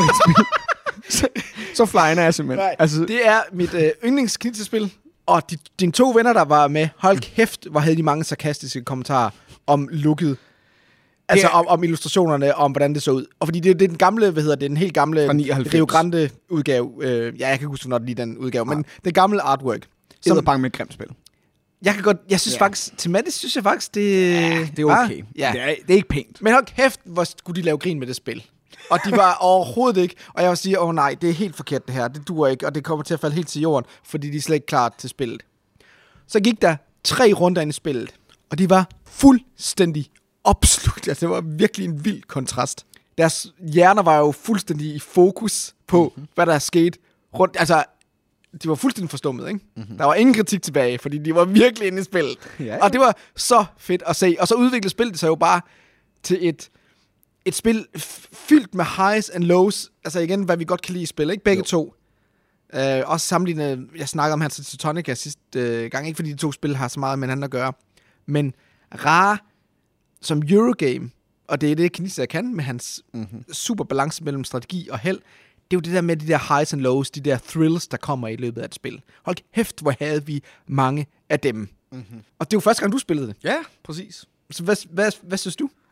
så flyner jeg simpelthen. Altså, det er mit yndlingsknitsespil. Og dine 2 venner, der var med, hold kæft, hvor havde de mange sarkastiske kommentarer om looket. Altså om illustrationerne, om hvordan det så ud. Og fordi det er den gamle, den helt gamle Rio Grande udgave. Jeg kan ikke huske, hvornår lige den udgave, men den gamle artwork. Som er bange med et grimt spil. Jeg synes faktisk, tematisk synes jeg faktisk, det er okay. Ja. Det er ikke pænt. Men hold kæft, hvor skulle de lave grin med det spil. Og de var overhovedet ikke. Og jeg vil sige, nej, det er helt forkert det her. Det duer ikke, og det kommer til at falde helt til jorden, fordi de er slet ikke klar til spillet. Så gik der 3 runder ind i spillet, og de var fuldstændig opslugt. Altså, det var virkelig en vild kontrast. Deres hjerner var jo fuldstændig i fokus på, hvad der er sket rundt. Altså, de var fuldstændig forstummet, ikke? Der var ingen kritik tilbage, fordi de var virkelig inde i spillet. Ja. Og det var så fedt at se. Og så udviklede spillet sig jo bare til et spil fyldt med highs and lows. Altså igen, hvad vi godt kan lide i spil, ikke? Begge to. Også sammenlignet, jeg snakkede om Hansa Teutonica sidste gang, ikke fordi de 2 spil har så meget med hinanden at gøre. Men Ra som Eurogame, og det er det, Knizia kan, med hans super balance mellem strategi og held, det er jo det der med de der highs and lows, de der thrills, der kommer i løbet af et spil. Hold kæft, hvor havde vi mange af dem. Og det er jo første gang, du spillede det. Ja, præcis. Så hvad synes du?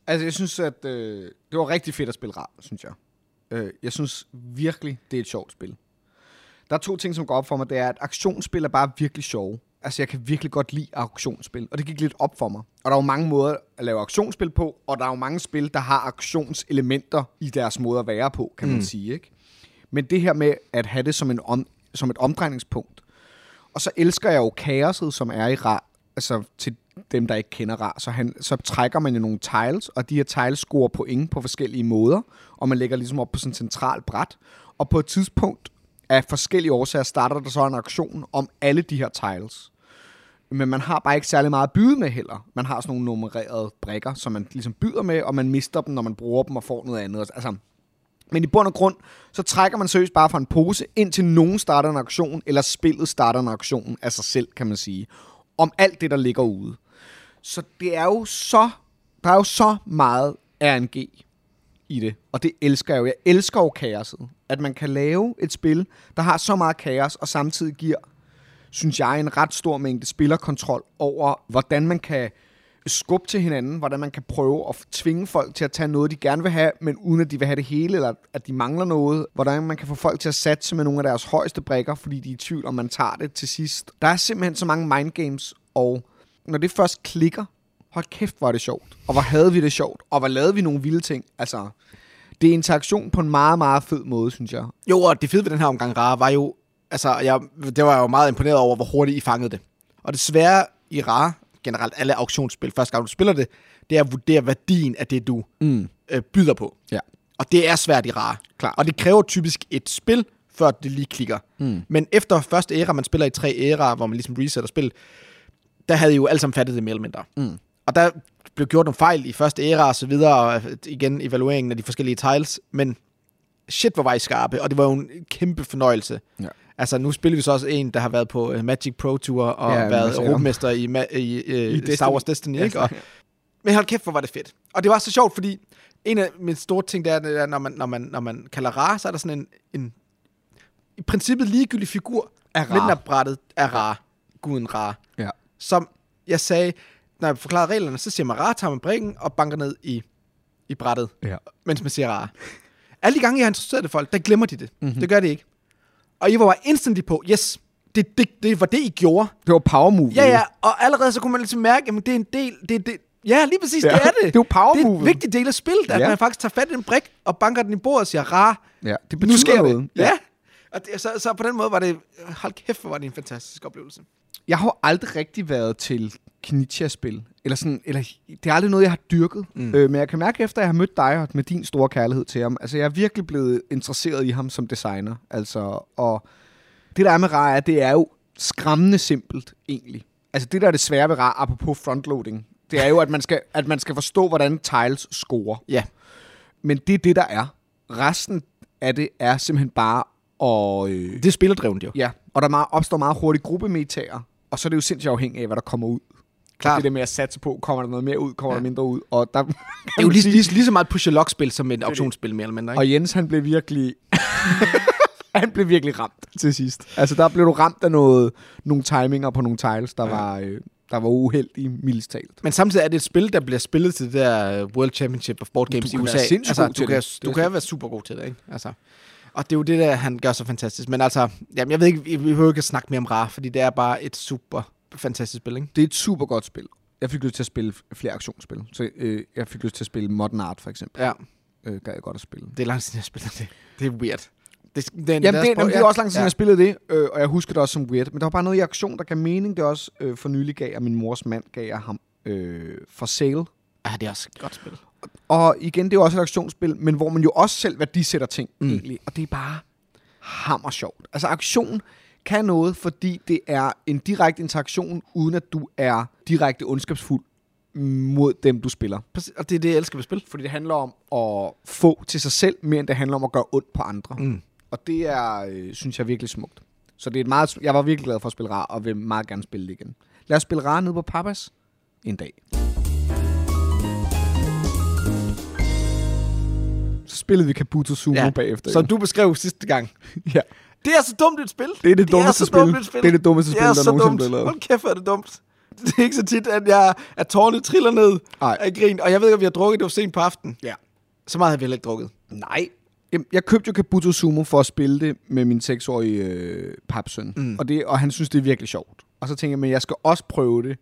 Altså, jeg synes, at det var rigtig fedt at spille Ra, synes jeg. Jeg synes virkelig, det er et sjovt spil. Der er 2 ting, som går op for mig. Det er, at aktionsspil er bare virkelig sjove. Altså, jeg kan virkelig godt lide aktionsspil, og det gik lidt op for mig. Og der er jo mange måder at lave aktionsspil på, og der er jo mange spil, der har aktionselementer i deres måde at være på, kan man sige, ikke? Men det her med at have det som et omdrejningspunkt. Og så elsker jeg jo kaoset, som er i Ra. Altså, til dem, der ikke kender Ra. Så trækker man jo nogle tiles, og de her tiles scorer point på forskellige måder, og man lægger ligesom op på sådan en central bræt. Og på et tidspunkt af forskellige årsager starter der så en aktion om alle de her tiles. Men man har bare ikke særlig meget at byde med heller. Man har sådan nogle nummererede brikker, som man ligesom byder med, og man mister dem, når man bruger dem og får noget andet. Altså, men i bund og grund, så trækker man seriøst bare fra en pose, indtil nogen starter en aktion, eller spillet starter en aktion af sig selv, kan man sige. Om alt det, der ligger ude. Så det er jo så... Der er jo så meget RNG i det, og det elsker jeg jo. Jeg elsker jo kaoset. At man kan lave et spil, der har så meget kaos, og samtidig giver, synes jeg, en ret stor mængde spillerkontrol over, hvordan man kan skubbe til hinanden, hvordan man kan prøve at tvinge folk til at tage noget, de gerne vil have, men uden at de vil have det hele, eller at de mangler noget. Hvordan man kan få folk til at satse med nogle af deres højeste brikker, fordi de er i tvivl, om man tager det til sidst. Der er simpelthen så mange mindgames, og når det først klikker, hold kæft, hvor er det sjovt. Og hvor havde vi det sjovt, og hvor lavede vi nogle vilde ting. Altså, det er interaktion på en meget, meget fed måde, synes jeg. Jo, og det fede ved den her omgang Ra var jo, altså, det var jeg jo meget imponeret over, hvor hurtigt I fangede det. Og det svære i Ra, generelt alle auktionsspil, første gang du spiller det, det er at vurdere værdien af det, du byder på. Ja. Og det er svært i Ra. Klar. Og det kræver typisk et spil, før det lige klikker. Men efter første æra, man spiller i 3 æraer, hvor man ligesom resetter spil, der havde I jo alle sammen fattet det mere eller mindre. Og der blev gjort nogle fejl i første æra og så videre, og igen evalueringen af de forskellige tiles, men shit, hvor var I skarpe, og det var jo en kæmpe fornøjelse. Ja. Altså, nu spiller vi så også en, der har været på Magic Pro Tour og været europamester i Star Wars Destiny, ikke? Og, men hold kæft, hvor var det fedt. Og det var så sjovt, fordi en af mine store ting, det er, når man kalder Ra, så er der sådan en i princippet ligegyldig figur midten af brættet af Ra, guden Ra. Ja. Som jeg sagde, når jeg forklarede reglerne, så siger man Ra, tager man brikken og banker ned i brættet, mens man siger Ra. Alle de gange, jeg har introduceret det folk, der glemmer de det. Det gør de ikke. Og I var bare instantly på, yes, det var det, I gjorde. Det var power move. Ja, og allerede så kunne man ligesom mærke, at det er en del, ja, lige præcis, det er det. Det er jo power move. Det er en vigtig del af spillet, at man faktisk tager fat i en brik og banker den i bordet og siger Ra. Ja, det betyder noget. Ja. Og så på den måde var det, hold kæft, hvor var det en fantastisk oplevelse. Jeg har aldrig rigtig været til Knizia-spil. Eller det er aldrig noget, jeg har dyrket. Men jeg kan mærke efter, at jeg har mødt dig og med din store kærlighed til ham. Altså, jeg er virkelig blevet interesseret i ham som designer. Altså, og det der er med Ra, det er jo skræmmende simpelt, egentlig. Altså, det der er det svære ved Ra, apropos frontloading, det er jo, at man skal forstå, hvordan tiles scorer. Ja. Men det er det, der er. Resten af det er simpelthen bare og det er spillerdrevet jo. Ja, og der opstår meget hurtigt gruppemetaer, og så er det jo sindssygt afhængigt af, hvad der kommer ud. Klart. Det der med at satse på, kommer der noget mere ud, kommer der mindre ud, og der... Det er jo lige så meget push-a-lock-spil som et auktionsspil, mere eller mindre, ikke? Og Jens, han blev virkelig... han blev virkelig ramt til sidst. Altså, der blev du ramt af nogle timinger på nogle tiles, der var uheldige, mildest talt. Men samtidig er det et spil, der bliver spillet til det der World Championship of Board Games i USA. Du kan være super god til det, ikke? Altså... Og det er jo det, der han gør så fantastisk. Men altså, jamen, jeg ved ikke, vi behøver ikke at snakke mere om Ra, fordi det er bare et super fantastisk spil, ikke? Det er et super godt spil. Jeg fik lyst til at spille flere aktionsspil. Så jeg fik lyst til at spille Modern Art, for eksempel. Ja. Gad jeg godt at spille. Det er lang tid, jeg spiller det. Det er weird. Det er også lang tid, jeg spillede det, og jeg husker det også som weird. Men der var bare noget i aktion, der gav mening. Det også for nylig gav jeg min mors mand, gav jeg ham for sale. Ja, det er også et godt spil. Og igen, det er jo også et aktionsspil, men hvor man jo også selv værdisætter ting, egentlig. Og det er bare hammer sjovt. Altså, aktion kan noget, fordi det er en direkte interaktion, uden at du er direkte ondskabsfuld mod dem, du spiller. Og det er det, jeg elsker ved spil. Fordi det handler om at få til sig selv, mere end det handler om at gøre ondt på andre. Og det er, synes jeg, virkelig smukt. Så det er jeg var virkelig glad for at spille Ra, og vil meget gerne spille det igen. Lad os spille Ra nede på Pappas en dag. Så spillede vi Kabuto Sumo bagefter. Som du beskrev sidste gang. Ja. Det er så dumt et spil. Det er det dummeste spil. Det er det dummeste spil, der nogensinde blev lavet. Hold kæft, er det dumt. det er ikke så tit, at tårnet triller ned af grin. Og jeg ved ikke, om vi har drukket, det var sent på aftenen. Ja. Så meget har vi heller ikke drukket. Nej. Jeg købte jo Kabuto Sumo for at spille det med min 6-årige papsøn. Og han synes, det er virkelig sjovt. Og så tænker jeg, men jeg skal også prøve det.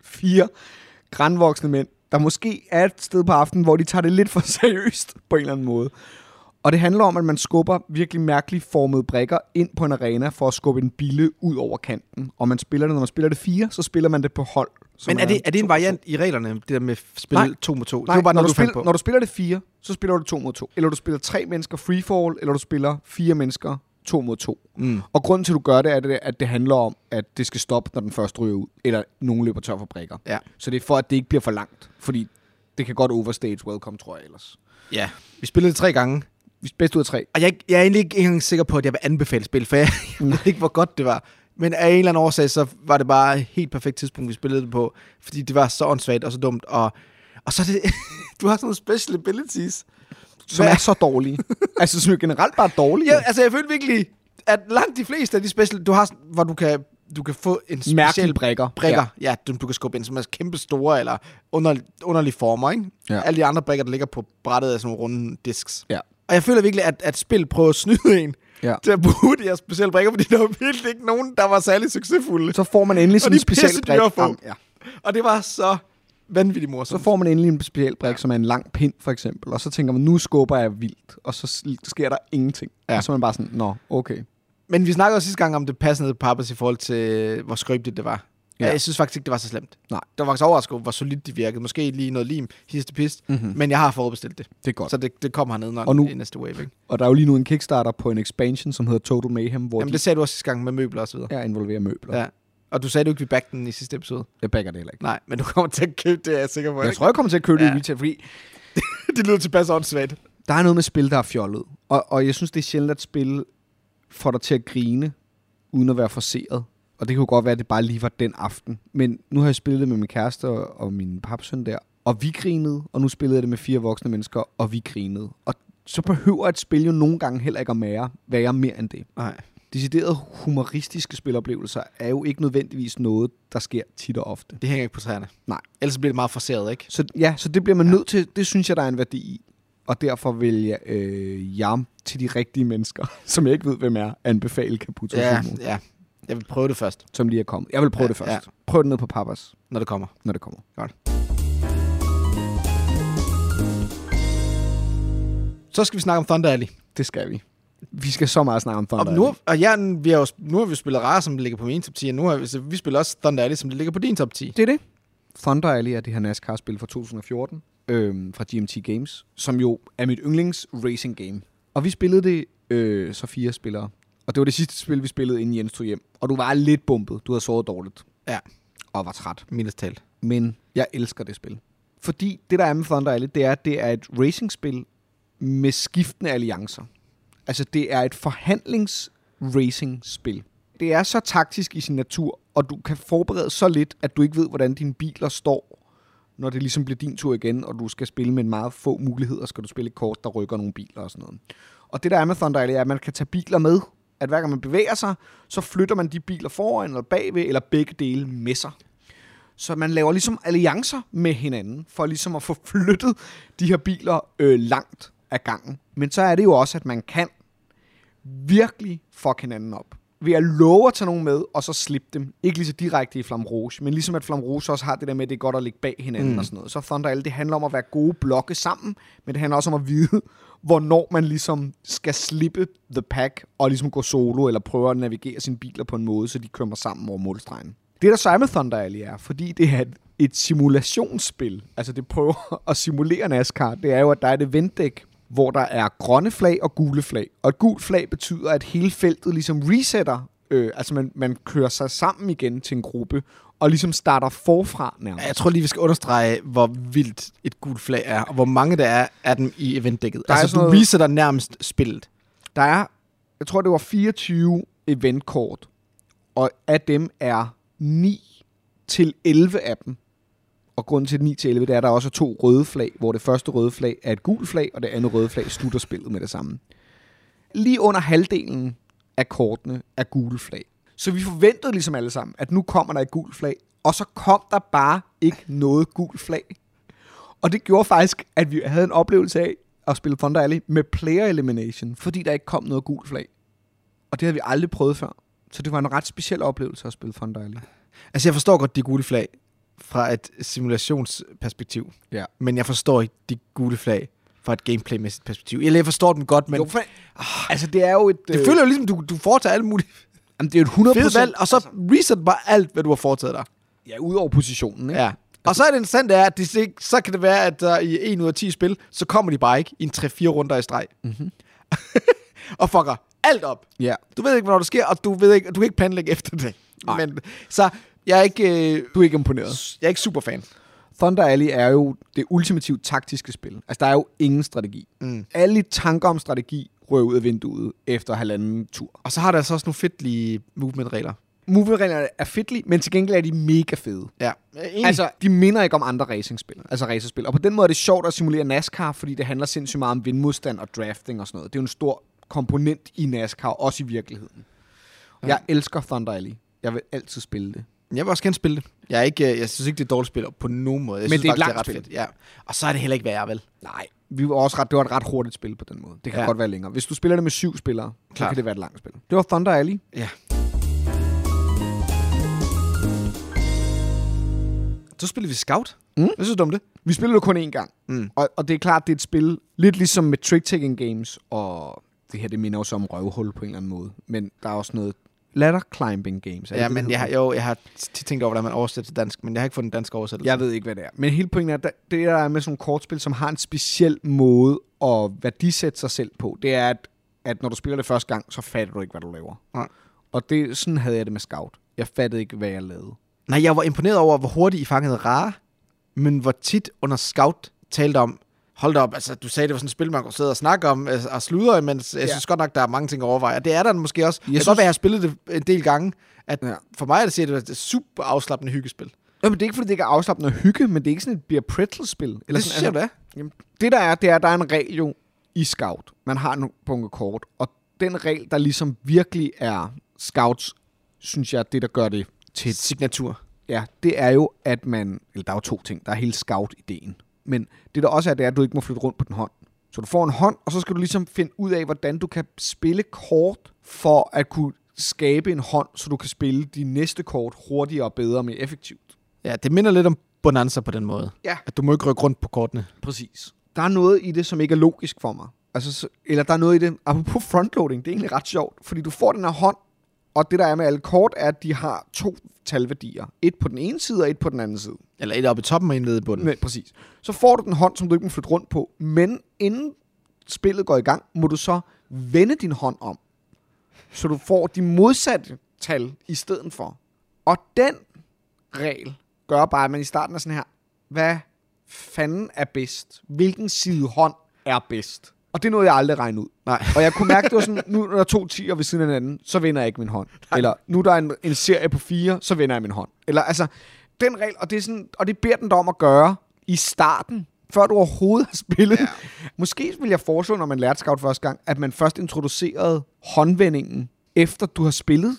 4 grandvoksne mænd, der måske er et sted på aftenen, hvor de tager det lidt for seriøst på en eller anden måde. Og det handler om, at man skubber virkelig mærkeligt formede brikker ind på en arena for at skubbe en bille ud over kanten. Og man spiller det, når man spiller det 4, så spiller man det på hold. Men er det en variant i reglerne, det der med spil 2 mod 2? Nej, det var bare når du spiller det 4, så spiller du 2 mod 2. Eller du spiller 3 mennesker freefall, eller du spiller 4 mennesker 2 mod 2. Og grunden til, at du gør det, er, at det handler om, at det skal stoppe, når den først ryger ud. Eller nogen løber tør for brikker. Ja. Så det er for, at det ikke bliver for langt. Fordi det kan godt overstage welcome, tror jeg ellers. Ja, vi spillede det 3 gange. Bedst ud af 3. Og jeg er egentlig ikke engang sikker på, at jeg vil anbefale spil, for jeg ved ikke, hvor godt det var. Men af en eller anden årsag, så var det bare et helt perfekt tidspunkt, vi spillede det på. Fordi det var så åndssvagt og så dumt. Og så er det... du har sådan nogle special abilities. Som er så dårlige. Altså, som er generelt bare dårlige. Ja, altså jeg følte virkelig, at langt de fleste af de special, du har, hvor du kan få en speciel brikker. Ja, du kan skubbe ind, som er kæmpe store eller underlige former, ikke? Ja. Alle de andre brikker, der ligger på brættet, er sådan nogle runde disks. Ja. Og jeg føler virkelig, at spil prøver at snyde en til at bruge de her specielle brikker, fordi der var virkelig ikke nogen, der var særlig succesfulde. Så får man endelig sådan en speciel brik. Ja. Og det var så vanvittigt morsomt. Så får man endelig en speciel brik, som er en lang pind, for eksempel. Og så tænker man, nu skubber jeg vildt. Og så sker der ingenting. Ja. Og så er man bare sådan, nå, okay. Men vi snakkede også sidste gang om det passende Papas i forhold til, hvor skrøbeligt det var. Ja. Jeg synes faktisk ikke, det var så slemt. Nej. Det var faktisk overrasket, hvor solidt de virkede. Måske lige noget lim, hist og pist. Men jeg har forudbestilt det. Det er godt. Så det kommer hernede i næste wave, ikke? Og der er jo lige nu en Kickstarter på en expansion, som hedder Total Mayhem. Hvor det sagde du også sidste gang med møbler og så videre. Ja, involverer møbler. Ja. Og du sagde, du ikke ville backe den i sidste episode. Jeg backer det heller ikke. Nej, men du kommer til at købe det, er jeg sikker på. Jeg tror, jeg kommer til at købe det i retail, fordi... det lyder tilpas åndssvagt. Der er noget med spil, der er fjollet. Og jeg synes, det er sjældent, at spil får dig til at grine, uden at være forseret. Og det kunne godt være, at det bare lige var den aften. Men nu har jeg spillet det med min kæreste og min papsøn der. Og vi grinede, og nu spillede jeg det med 4 voksne mennesker, og vi grinede. Og så behøver et spil jo nogle gange heller ikke at være mere end det. Nej. Deciderede humoristiske spiloplevelser er jo ikke nødvendigvis noget, der sker tit og ofte. Det hænger ikke på træerne. Nej. Ellers bliver det meget forseret, ikke? Så det bliver man nødt til. Det synes jeg, der er en værdi i. Og derfor vil jeg til de rigtige mennesker, som jeg ikke ved, hvem er, anbefale Kabuto Sumo. Ja. Jeg vil prøve det først. Som lige er kommet. Jeg vil prøve det først. Ja. Prøv det ned på Papas. Når det kommer. Godt. Så skal vi snakke om Thunder Alley. Det skal vi. Vi skal så meget snakke om Thunder Alley. Nu har vi spillet Rare, som ligger på min top 10, og nu har vi spiller også Thunder Alley, som ligger på din top 10. Det er det. Thunder Alley er det her NASCAR-spil fra 2014 fra GMT Games, som jo er mit yndlings racing game. Og vi spillede det så 4 spillere. Og det var det sidste spil, vi spillede, inden Jens tog hjem. Og du var lidt bumpet. Du havde sovet dårligt. Ja. Og var træt. Minus talt. Men jeg elsker det spil. Fordi det, der er med Thunder Alley, det er et racingspil med skiftende alliancer. Altså, det er et forhandlings-racing-spil. Det er så taktisk i sin natur, og du kan forberede så lidt, at du ikke ved, hvordan dine biler står, når det ligesom bliver din tur igen, og du skal spille med en meget få muligheder, skal du spille et kort, der rykker nogle biler og sådan noget. Og det, der er med Thunder Alley, er, at man kan tage biler med, at hver gang man bevæger sig, så flytter man de biler foran eller bagved, eller begge dele med sig. Så man laver ligesom alliancer med hinanden, for ligesom at få flyttet de her biler langt af gangen. Men så er det jo også, at man kan virkelig fuck hinanden op. Ved at love at tage nogen med, og så slippe dem. Ikke lige så direkte i Flamme Rouge, men ligesom at Flamme Rouge også har det der med, at det er godt at ligge bag hinanden og sådan noget. Så Thunder Alley, det handler om at være gode blokke sammen, men det handler også om at vide, hvornår man ligesom skal slippe the pack, og ligesom gå solo, eller prøve at navigere sine biler på en måde, så de kommer sammen over målstregen. Det, der så er med Thunder Alley er, fordi det er et simulationsspil, altså det prøver at simulere NASCAR, det er jo, at der er et eventdæk, hvor der er grønne flag og gule flag. Og et gult flag betyder, at hele feltet ligesom resetter, altså man kører sig sammen igen til en gruppe, og ligesom starter forfra nærmest. Jeg tror lige, vi skal understrege, hvor vildt et gult flag er, og hvor mange der er af dem i eventdækket. Altså, du resetter nærmest spillet. Der er, jeg tror, det var 24 eventkort, og af dem er 9 til 11 af dem. Og grunden til 9 til 11, det er, der også 2 røde flag, hvor det første røde flag er et gult flag, og det andet røde flag slutter spillet med det samme. Lige under halvdelen af kortene er gule flag. Så vi forventede ligesom alle sammen, at nu kommer der et gult flag, og så kom der bare ikke noget gult flag. Og det gjorde faktisk, at vi havde en oplevelse af at spille Thunder Alley med player elimination, fordi der ikke kom noget gult flag. Og det havde vi aldrig prøvet før. Så det var en ret speciel oplevelse at spille Thunder Alley. Altså, jeg forstår godt de gule flag fra et simulationsperspektiv. Ja. Men jeg forstår ikke de gule flag fra et gameplaymæssigt perspektiv. Eller jeg forstår dem godt, men... Jo, altså, det er jo et... Det føler jo ligesom, du foretager alle mulige Jamen, det er jo et 100% fede valg, og så reset bare alt, hvad du har foretaget dig. Ja, ud over positionen, ikke? Ja. Og så er det interessant, at så kan det være, at der i 1 ud af 10 spil, så kommer de bare ikke i en 3-4 runder i streg. Mm-hmm. Og fucker alt op. Ja. Du ved ikke, hvornår det sker, og du kan ikke planlægge efter det. Nej. Men, så jeg er ikke... Du er ikke imponeret. Jeg er ikke super fan. Thunder Alley er jo det ultimativt taktiske spil. Altså, der er jo ingen strategi. Mm. Alle tanker om strategi rører ud af vinduet efter 1,5 tur. Og så har der altså også nogle fedtlige movement-regler. Movie-reglerne er fedtlige, men til gengæld er de mega fede. Ja. Altså, de minder ikke om andre racingspil, altså racerspil. Og på den måde er det sjovt at simulere NASCAR, fordi det handler sindssygt meget om vindmodstand og drafting og sådan noget. Det er jo en stor komponent i NASCAR, også i virkeligheden. Ja. Jeg elsker Thunder Alley. Jeg vil altid spille det. Jeg vil også gerne spille det. Jeg synes ikke, det er et dårligt spil på nogen måde. Jeg men synes det er et faktisk, langt det er ret fedt. Ja. Og så er det heller ikke værre, vel? Nej. Det var et ret hurtigt spil på den måde. Det kan godt være længere. Hvis du spiller det med 7 spillere, så kan det være et langt spil. Det var Thunder Alley. Ja. Så spillede vi Scout. Hvad synes du om det? Vi spillede det kun én gang. Og det er klart, det er et spil lidt ligesom med trick-taking games, og det her, det minder også om røvhul på en eller anden måde. Men der er også noget ladder climbing games. Ja, men jeg har tit tænkt over, hvordan man oversætter til dansk, men jeg har ikke fået den danske oversættelse. Jeg ved ikke, hvad det er. Men hele pointen er, det der er med sådan nogle kortspil, som har en speciel måde at værdisætte sig selv på, det er, at når du spiller det første gang, så fatter du ikke, hvad du laver. Nej. Og sådan havde jeg det med Scout. Jeg fattede ikke, hvad jeg lavede. Nej, jeg var imponeret over, hvor hurtigt I fangede rare, men hvor tit under Scout talte om, hold da op, altså du sagde, det var sådan et spil, man kunne sidde og snakke om og sludre, men jeg synes godt nok, der er mange ting at overveje. Og det er der måske også. Jeg kan godt være, at jeg har spillet det en del gange, at for mig er det et super afslappende hyggespil. Ja, men det er ikke, fordi det ikke er afslappende hygge, men det er ikke sådan et beer pretzel-spil. Eller det synes jeg, det er. Jamen, det der er, der er en regel jo i Scout. Man har nogle bunke kort, og den regel, der ligesom virkelig er Scouts, synes jeg, det der gør det til et signatur. Ja, det er jo, at man... Eller der er jo 2 ting. Der er hele Scout-ideen. Men det der også er, det er, at du ikke må flytte rundt på den hånd. Så du får en hånd, og så skal du ligesom finde ud af, hvordan du kan spille kort for at kunne skabe en hånd, så du kan spille de næste kort hurtigere og bedre og mere effektivt. Ja, det minder lidt om Bonanza på den måde. Ja. At du må ikke rykke rundt på kortene. Præcis. Der er noget i det, som ikke er logisk for mig. Altså, eller der er noget i det... Apropos frontloading, det er egentlig ret sjovt, fordi du får den her hånd, og det der er med alle kort, er, at de har 2 talværdier. Et på den ene side, og et på den anden side. Eller et oppe i toppen og en nede i bunden. Nej, præcis. Så får du den hånd, som du ikke må flytte rundt på, men inden spillet går i gang, må du så vende din hånd om, så du får de modsatte tal i stedet for. Og den regel gør bare, at man i starten er sådan her, hvad fanden er bedst? Hvilken side hånd er bedst? Og det nåede jeg aldrig regne ud. Nej. Og jeg kunne mærke, det var sådan, nu når der er 2 10'er ved siden af hinanden, så vinder jeg ikke min hånd. Nej. Eller nu der er en serie på 4, så vinder jeg min hånd. Eller altså, den regel, og det er sådan, og det beder den dig om at gøre i starten, før du overhovedet har spillet. Ja. Måske vil jeg foreslå, når man lærte Scout første gang, at man først introducerede håndvendingen, efter du har spillet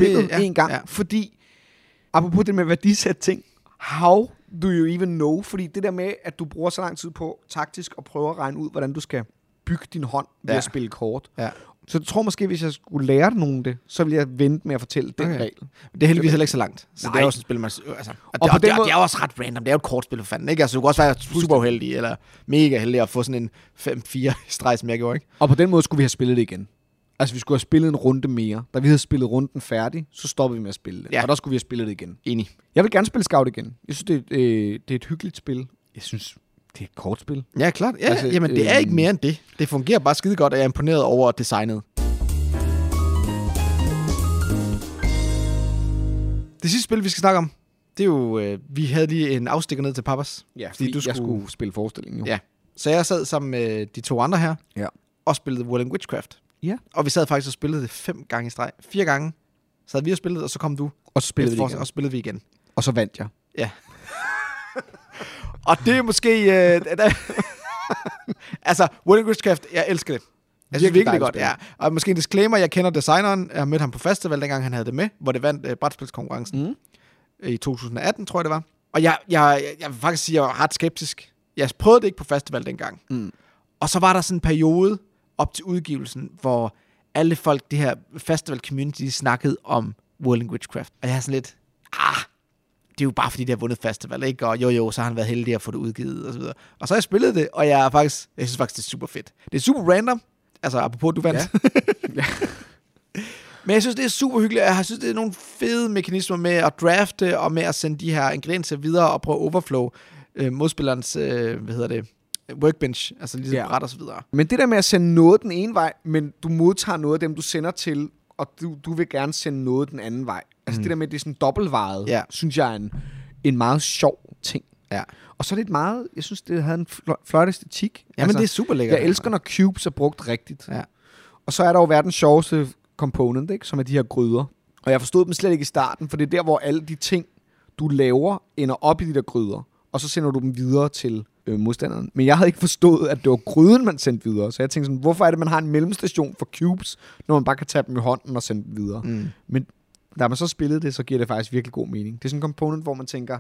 en gang. Ja. Fordi, apropos det med værdisæt ting, how do you even know? Fordi det der med, at du bruger så lang tid på taktisk at prøve at regne ud, hvordan du skal bygge din hånd ved at spille kort. Ja. Så jeg tror måske, hvis jeg skulle lære nogen det, så ville jeg vente med at fortælle den regel. Det er heldigvis heller ikke så langt. Så nej. Det er også et spil, man... Altså, og det er også ret random. Det er jo et kortspil for fanden, ikke? Altså, du kan også være super uheldig, eller mega heldig at få sådan en 5-4 streg, som jeg gjorde, ikke? Og på den måde skulle vi have spillet det igen. Altså, vi skulle have spillet en runde mere. Da vi havde spillet runden færdig, så stoppede vi med at spille det. Ja. Og der skulle vi have spillet det igen. Enig. Jeg vil gerne spille Scout igen. Jeg synes, det er et hyggeligt spil. Jeg synes, det er et kortspil. Ja, klart. Ja, altså, jamen, det er ikke mere end det. Det fungerer bare skide godt, og jeg er imponeret over designet. Det sidste spil, vi skal snakke om, det er jo... vi havde lige en afstikker ned til Pappas. Ja, fordi jeg skulle spille forestillingen jo. Ja. Så jeg sad sammen med de 2 andre her, og spillede World of Witchcraft. Ja. Og vi sad faktisk og spillede det 5 gange i streg. 4 gange sad vi og spillede, og så kom du. Og så spillede vi igen. Og spillede vi igen. Og så vandt jeg. Ja. Og det er måske... altså, World of Witchcraft, jeg elsker det. Jeg synes virkelig godt, ja. Og måske en disclaimer, jeg kender designeren. Jeg har mødt ham på festival, dengang han havde det med, hvor det vandt brætspilskonkurrencen. i 2018, tror jeg det var. Og jeg vil faktisk sige, at jeg var ret skeptisk. Jeg prøvede det ikke på festival dengang. Og så var der sådan en periode op til udgivelsen, hvor alle folk, det her festival community, snakkede om Whirling Witchcraft. Og jeg er sådan lidt, det er jo bare fordi, de har vundet festival, ikke? Og jo, så har han været heldig at få det udgivet, og så videre. Og så har jeg spillet det, og jeg synes faktisk, det er super fedt. Det er super random, altså apropos, du vandt. Ja. Men jeg synes, det er super hyggeligt, jeg synes, det er nogle fede mekanismer med at drafte, og med at sende de her ingredienser videre, og prøve at overflow modspillerens, workbench, altså ligesom bræt og så videre. Men det der med at sende noget den ene vej, men du modtager noget af dem, du sender til, og du vil gerne sende noget den anden vej. Altså det der med, at det er sådan dobbeltvejet, synes jeg er en meget sjov ting. Ja. Og så er det et meget, jeg synes, det havde en flot æstetik. Jamen, det er super lækkert. Jeg elsker, når cubes er brugt rigtigt. Ja. Og så er der jo verdens sjoveste component, ikke? Som er de her gryder. Og jeg forstod dem slet ikke i starten, for det er der, hvor alle de ting, du laver, ender op i de der gryder. Og så sender du dem videre til modstanderen. Men jeg havde ikke forstået, at det var gryden, man sendte videre. Så jeg tænkte sådan, hvorfor er det, man har en mellemstation for cubes, når man bare kan tage dem i hånden og sende dem videre? Men da man så spillede det, så giver det faktisk virkelig god mening. Det er sådan en component, hvor man tænker,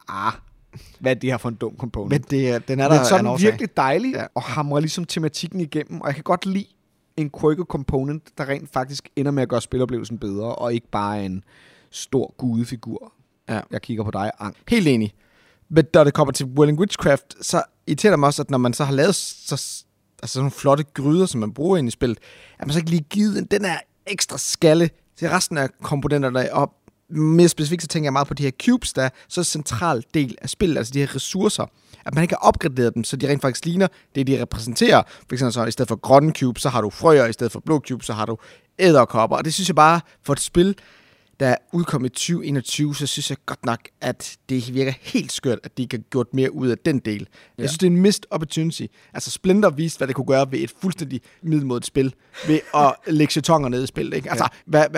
hvad er det her for en dum component? Men den er der så er den virkelig dejlig, og hamrer ligesom tematikken igennem. Og jeg kan godt lide en quirky component, der rent faktisk ender med at gøre spiloplevelsen bedre, og ikke bare en stor gudefigur. Ja. Jeg kigger på dig, Ang. Helt enig. Men når det kommer til Whirling Witchcraft, så irriterer det mig også, at når man så har lavet sådan nogle flotte gryder, som man bruger ind i spillet, at man så ikke lige givet den er ekstra skalle til resten af komponenterne. Og mere specifikt, så tænker jeg meget på de her cubes, der er så en central del af spillet, altså de her ressourcer. At man ikke har opgraderet dem, så de rent faktisk ligner det, de repræsenterer. For eksempel så i stedet for grønne cubes, så har du frøer, i stedet for blå cubes, så har du edderkopper. Og det synes jeg bare, for et spil, der er udkommet i 2021, så synes jeg godt nok, at det virker helt skørt, at de ikke har gjort mere ud af den del. Ja. Jeg synes, det er en missed opportunity. Altså Splinter viste, hvad det kunne gøre ved et fuldstændig middelmådigt spil, ved at lægge jetonger ned i spillet. Ikke? Altså,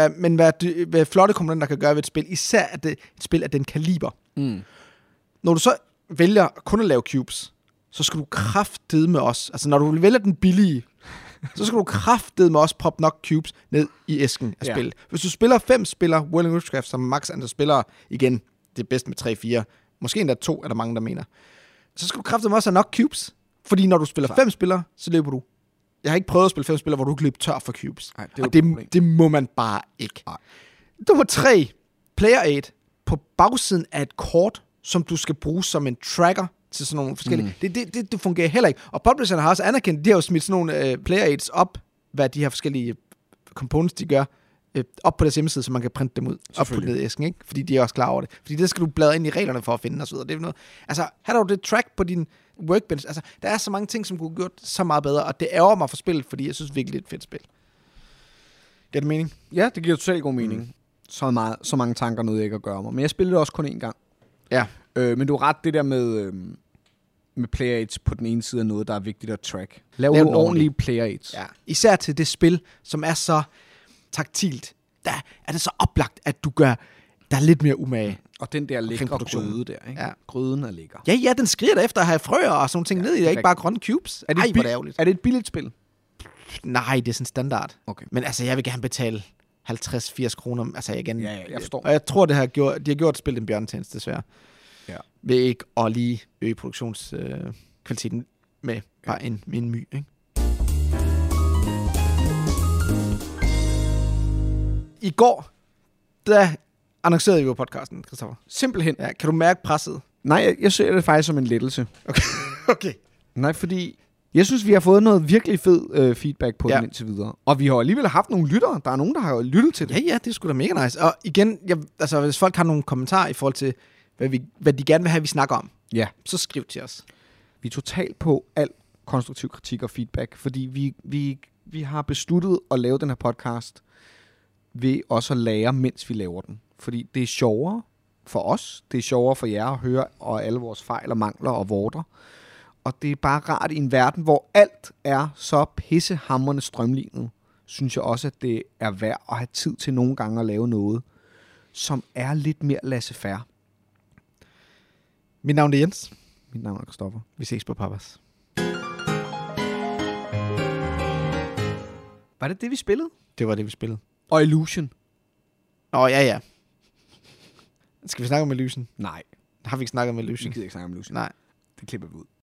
hvad flotte komponenter kan gøre ved et spil, især at det et spil af den kaliber. Når du så vælger kun at lave cubes, så skal du kraftedme os. Altså når du vælger den billige, så skal du kraftedme også proppe nok cubes ned i æsken af spillet. Hvis du spiller 5 spillere Whirling Witchcraft, som max andre spillere, igen, det er bedst med 3-4, måske endda 2, er der mange, der mener, så skal du kraftedme også have nok cubes. Fordi når du spiller 5 spillere, så løber du. Jeg har ikke prøvet at spille 5 spillere, hvor du ikke løber tør for cubes. Ej, og det må man bare ikke. Nummer 3, Player Aid på bagsiden af et kort, som du skal bruge som en tracker til sådan nogle forskellige. Det fungerer heller ikke. Og publisherne har også anerkendt, de har jo smidt sådan nogle player aids op, hvad de her forskellige components, de gør, op på deres hjemmeside, så man kan printe dem ud. Op på ned i æsken, ikke? Fordi de er også klar over det. Fordi det skal du bladre ind i reglerne for at finde, og så videre. Det er noget. Altså, har du det track på din workbench? Altså, der er så mange ting, som kunne have gjort så meget bedre, og det ærger mig for spillet, fordi jeg synes virkelig, det er et fedt spil. Giver det mening? Ja, det giver totalt god mening. Så mange tanker noget, jeg ikke at gøre mig. Men jeg spillede det også kun én gang. Ja. Men du er ret, det der med player aids på den ene side af noget, der er vigtigt at track. Lav ordentlige player aids. Ja. Især til det spil, som er så taktilt. Der er det så oplagt, at du gør der er lidt mere umage. Og den der lækre gryde der, ikke? Ja. Gryden er lækker. Ja, den skriger der efter at have frøer og sådan ting ned i. Det er ikke bare grønne cubes. Er det et billigt spil? Nej, det er sådan standard. Okay. Men altså, jeg vil gerne betale 50-80 kroner. Altså, jeg forstår. Og jeg tror, de har gjort spillet en bjørnetjeneste, desværre. Ja. Ved ikke at lige øge produktionskvaliteten med bare en my, ikke? I går, der annoncerede vi jo podcasten, Christoffer. Simpelthen. Ja, kan du mærke presset? Nej, jeg ser det faktisk som en lettelse. Okay. Nej, fordi jeg synes, vi har fået noget virkelig fed feedback på den indtil videre. Og vi har alligevel haft nogle lyttere. Der er nogen, der har lyttet til det. Ja, det er sgu da mega nice. Og igen, hvis folk har nogle kommentarer i forhold til, hvad de gerne vil have, vi snakker om, så skriv til os. Vi er totalt på al konstruktiv kritik og feedback, fordi vi har besluttet at lave den her podcast ved også at lære, mens vi laver den. Fordi det er sjovere for os, det er sjovere for jer at høre og alle vores fejl og mangler og vorter. Og det er bare rart i en verden, hvor alt er så pissehamrende strømlignet, synes jeg også, at det er værd at have tid til nogle gange at lave noget, som er lidt mere laissez-faire. Mit navn er Jens. Mit navn er Christoffer. Vi ses på Papas. Var det det, vi spillede? Det var det, vi spillede. Og Illusion. Ja. Skal vi snakke om Elysen? Nej, Har vi ikke snakket om vi Elysen? gider ikke snakke om Lucy. Nej. Det klipper vi ud.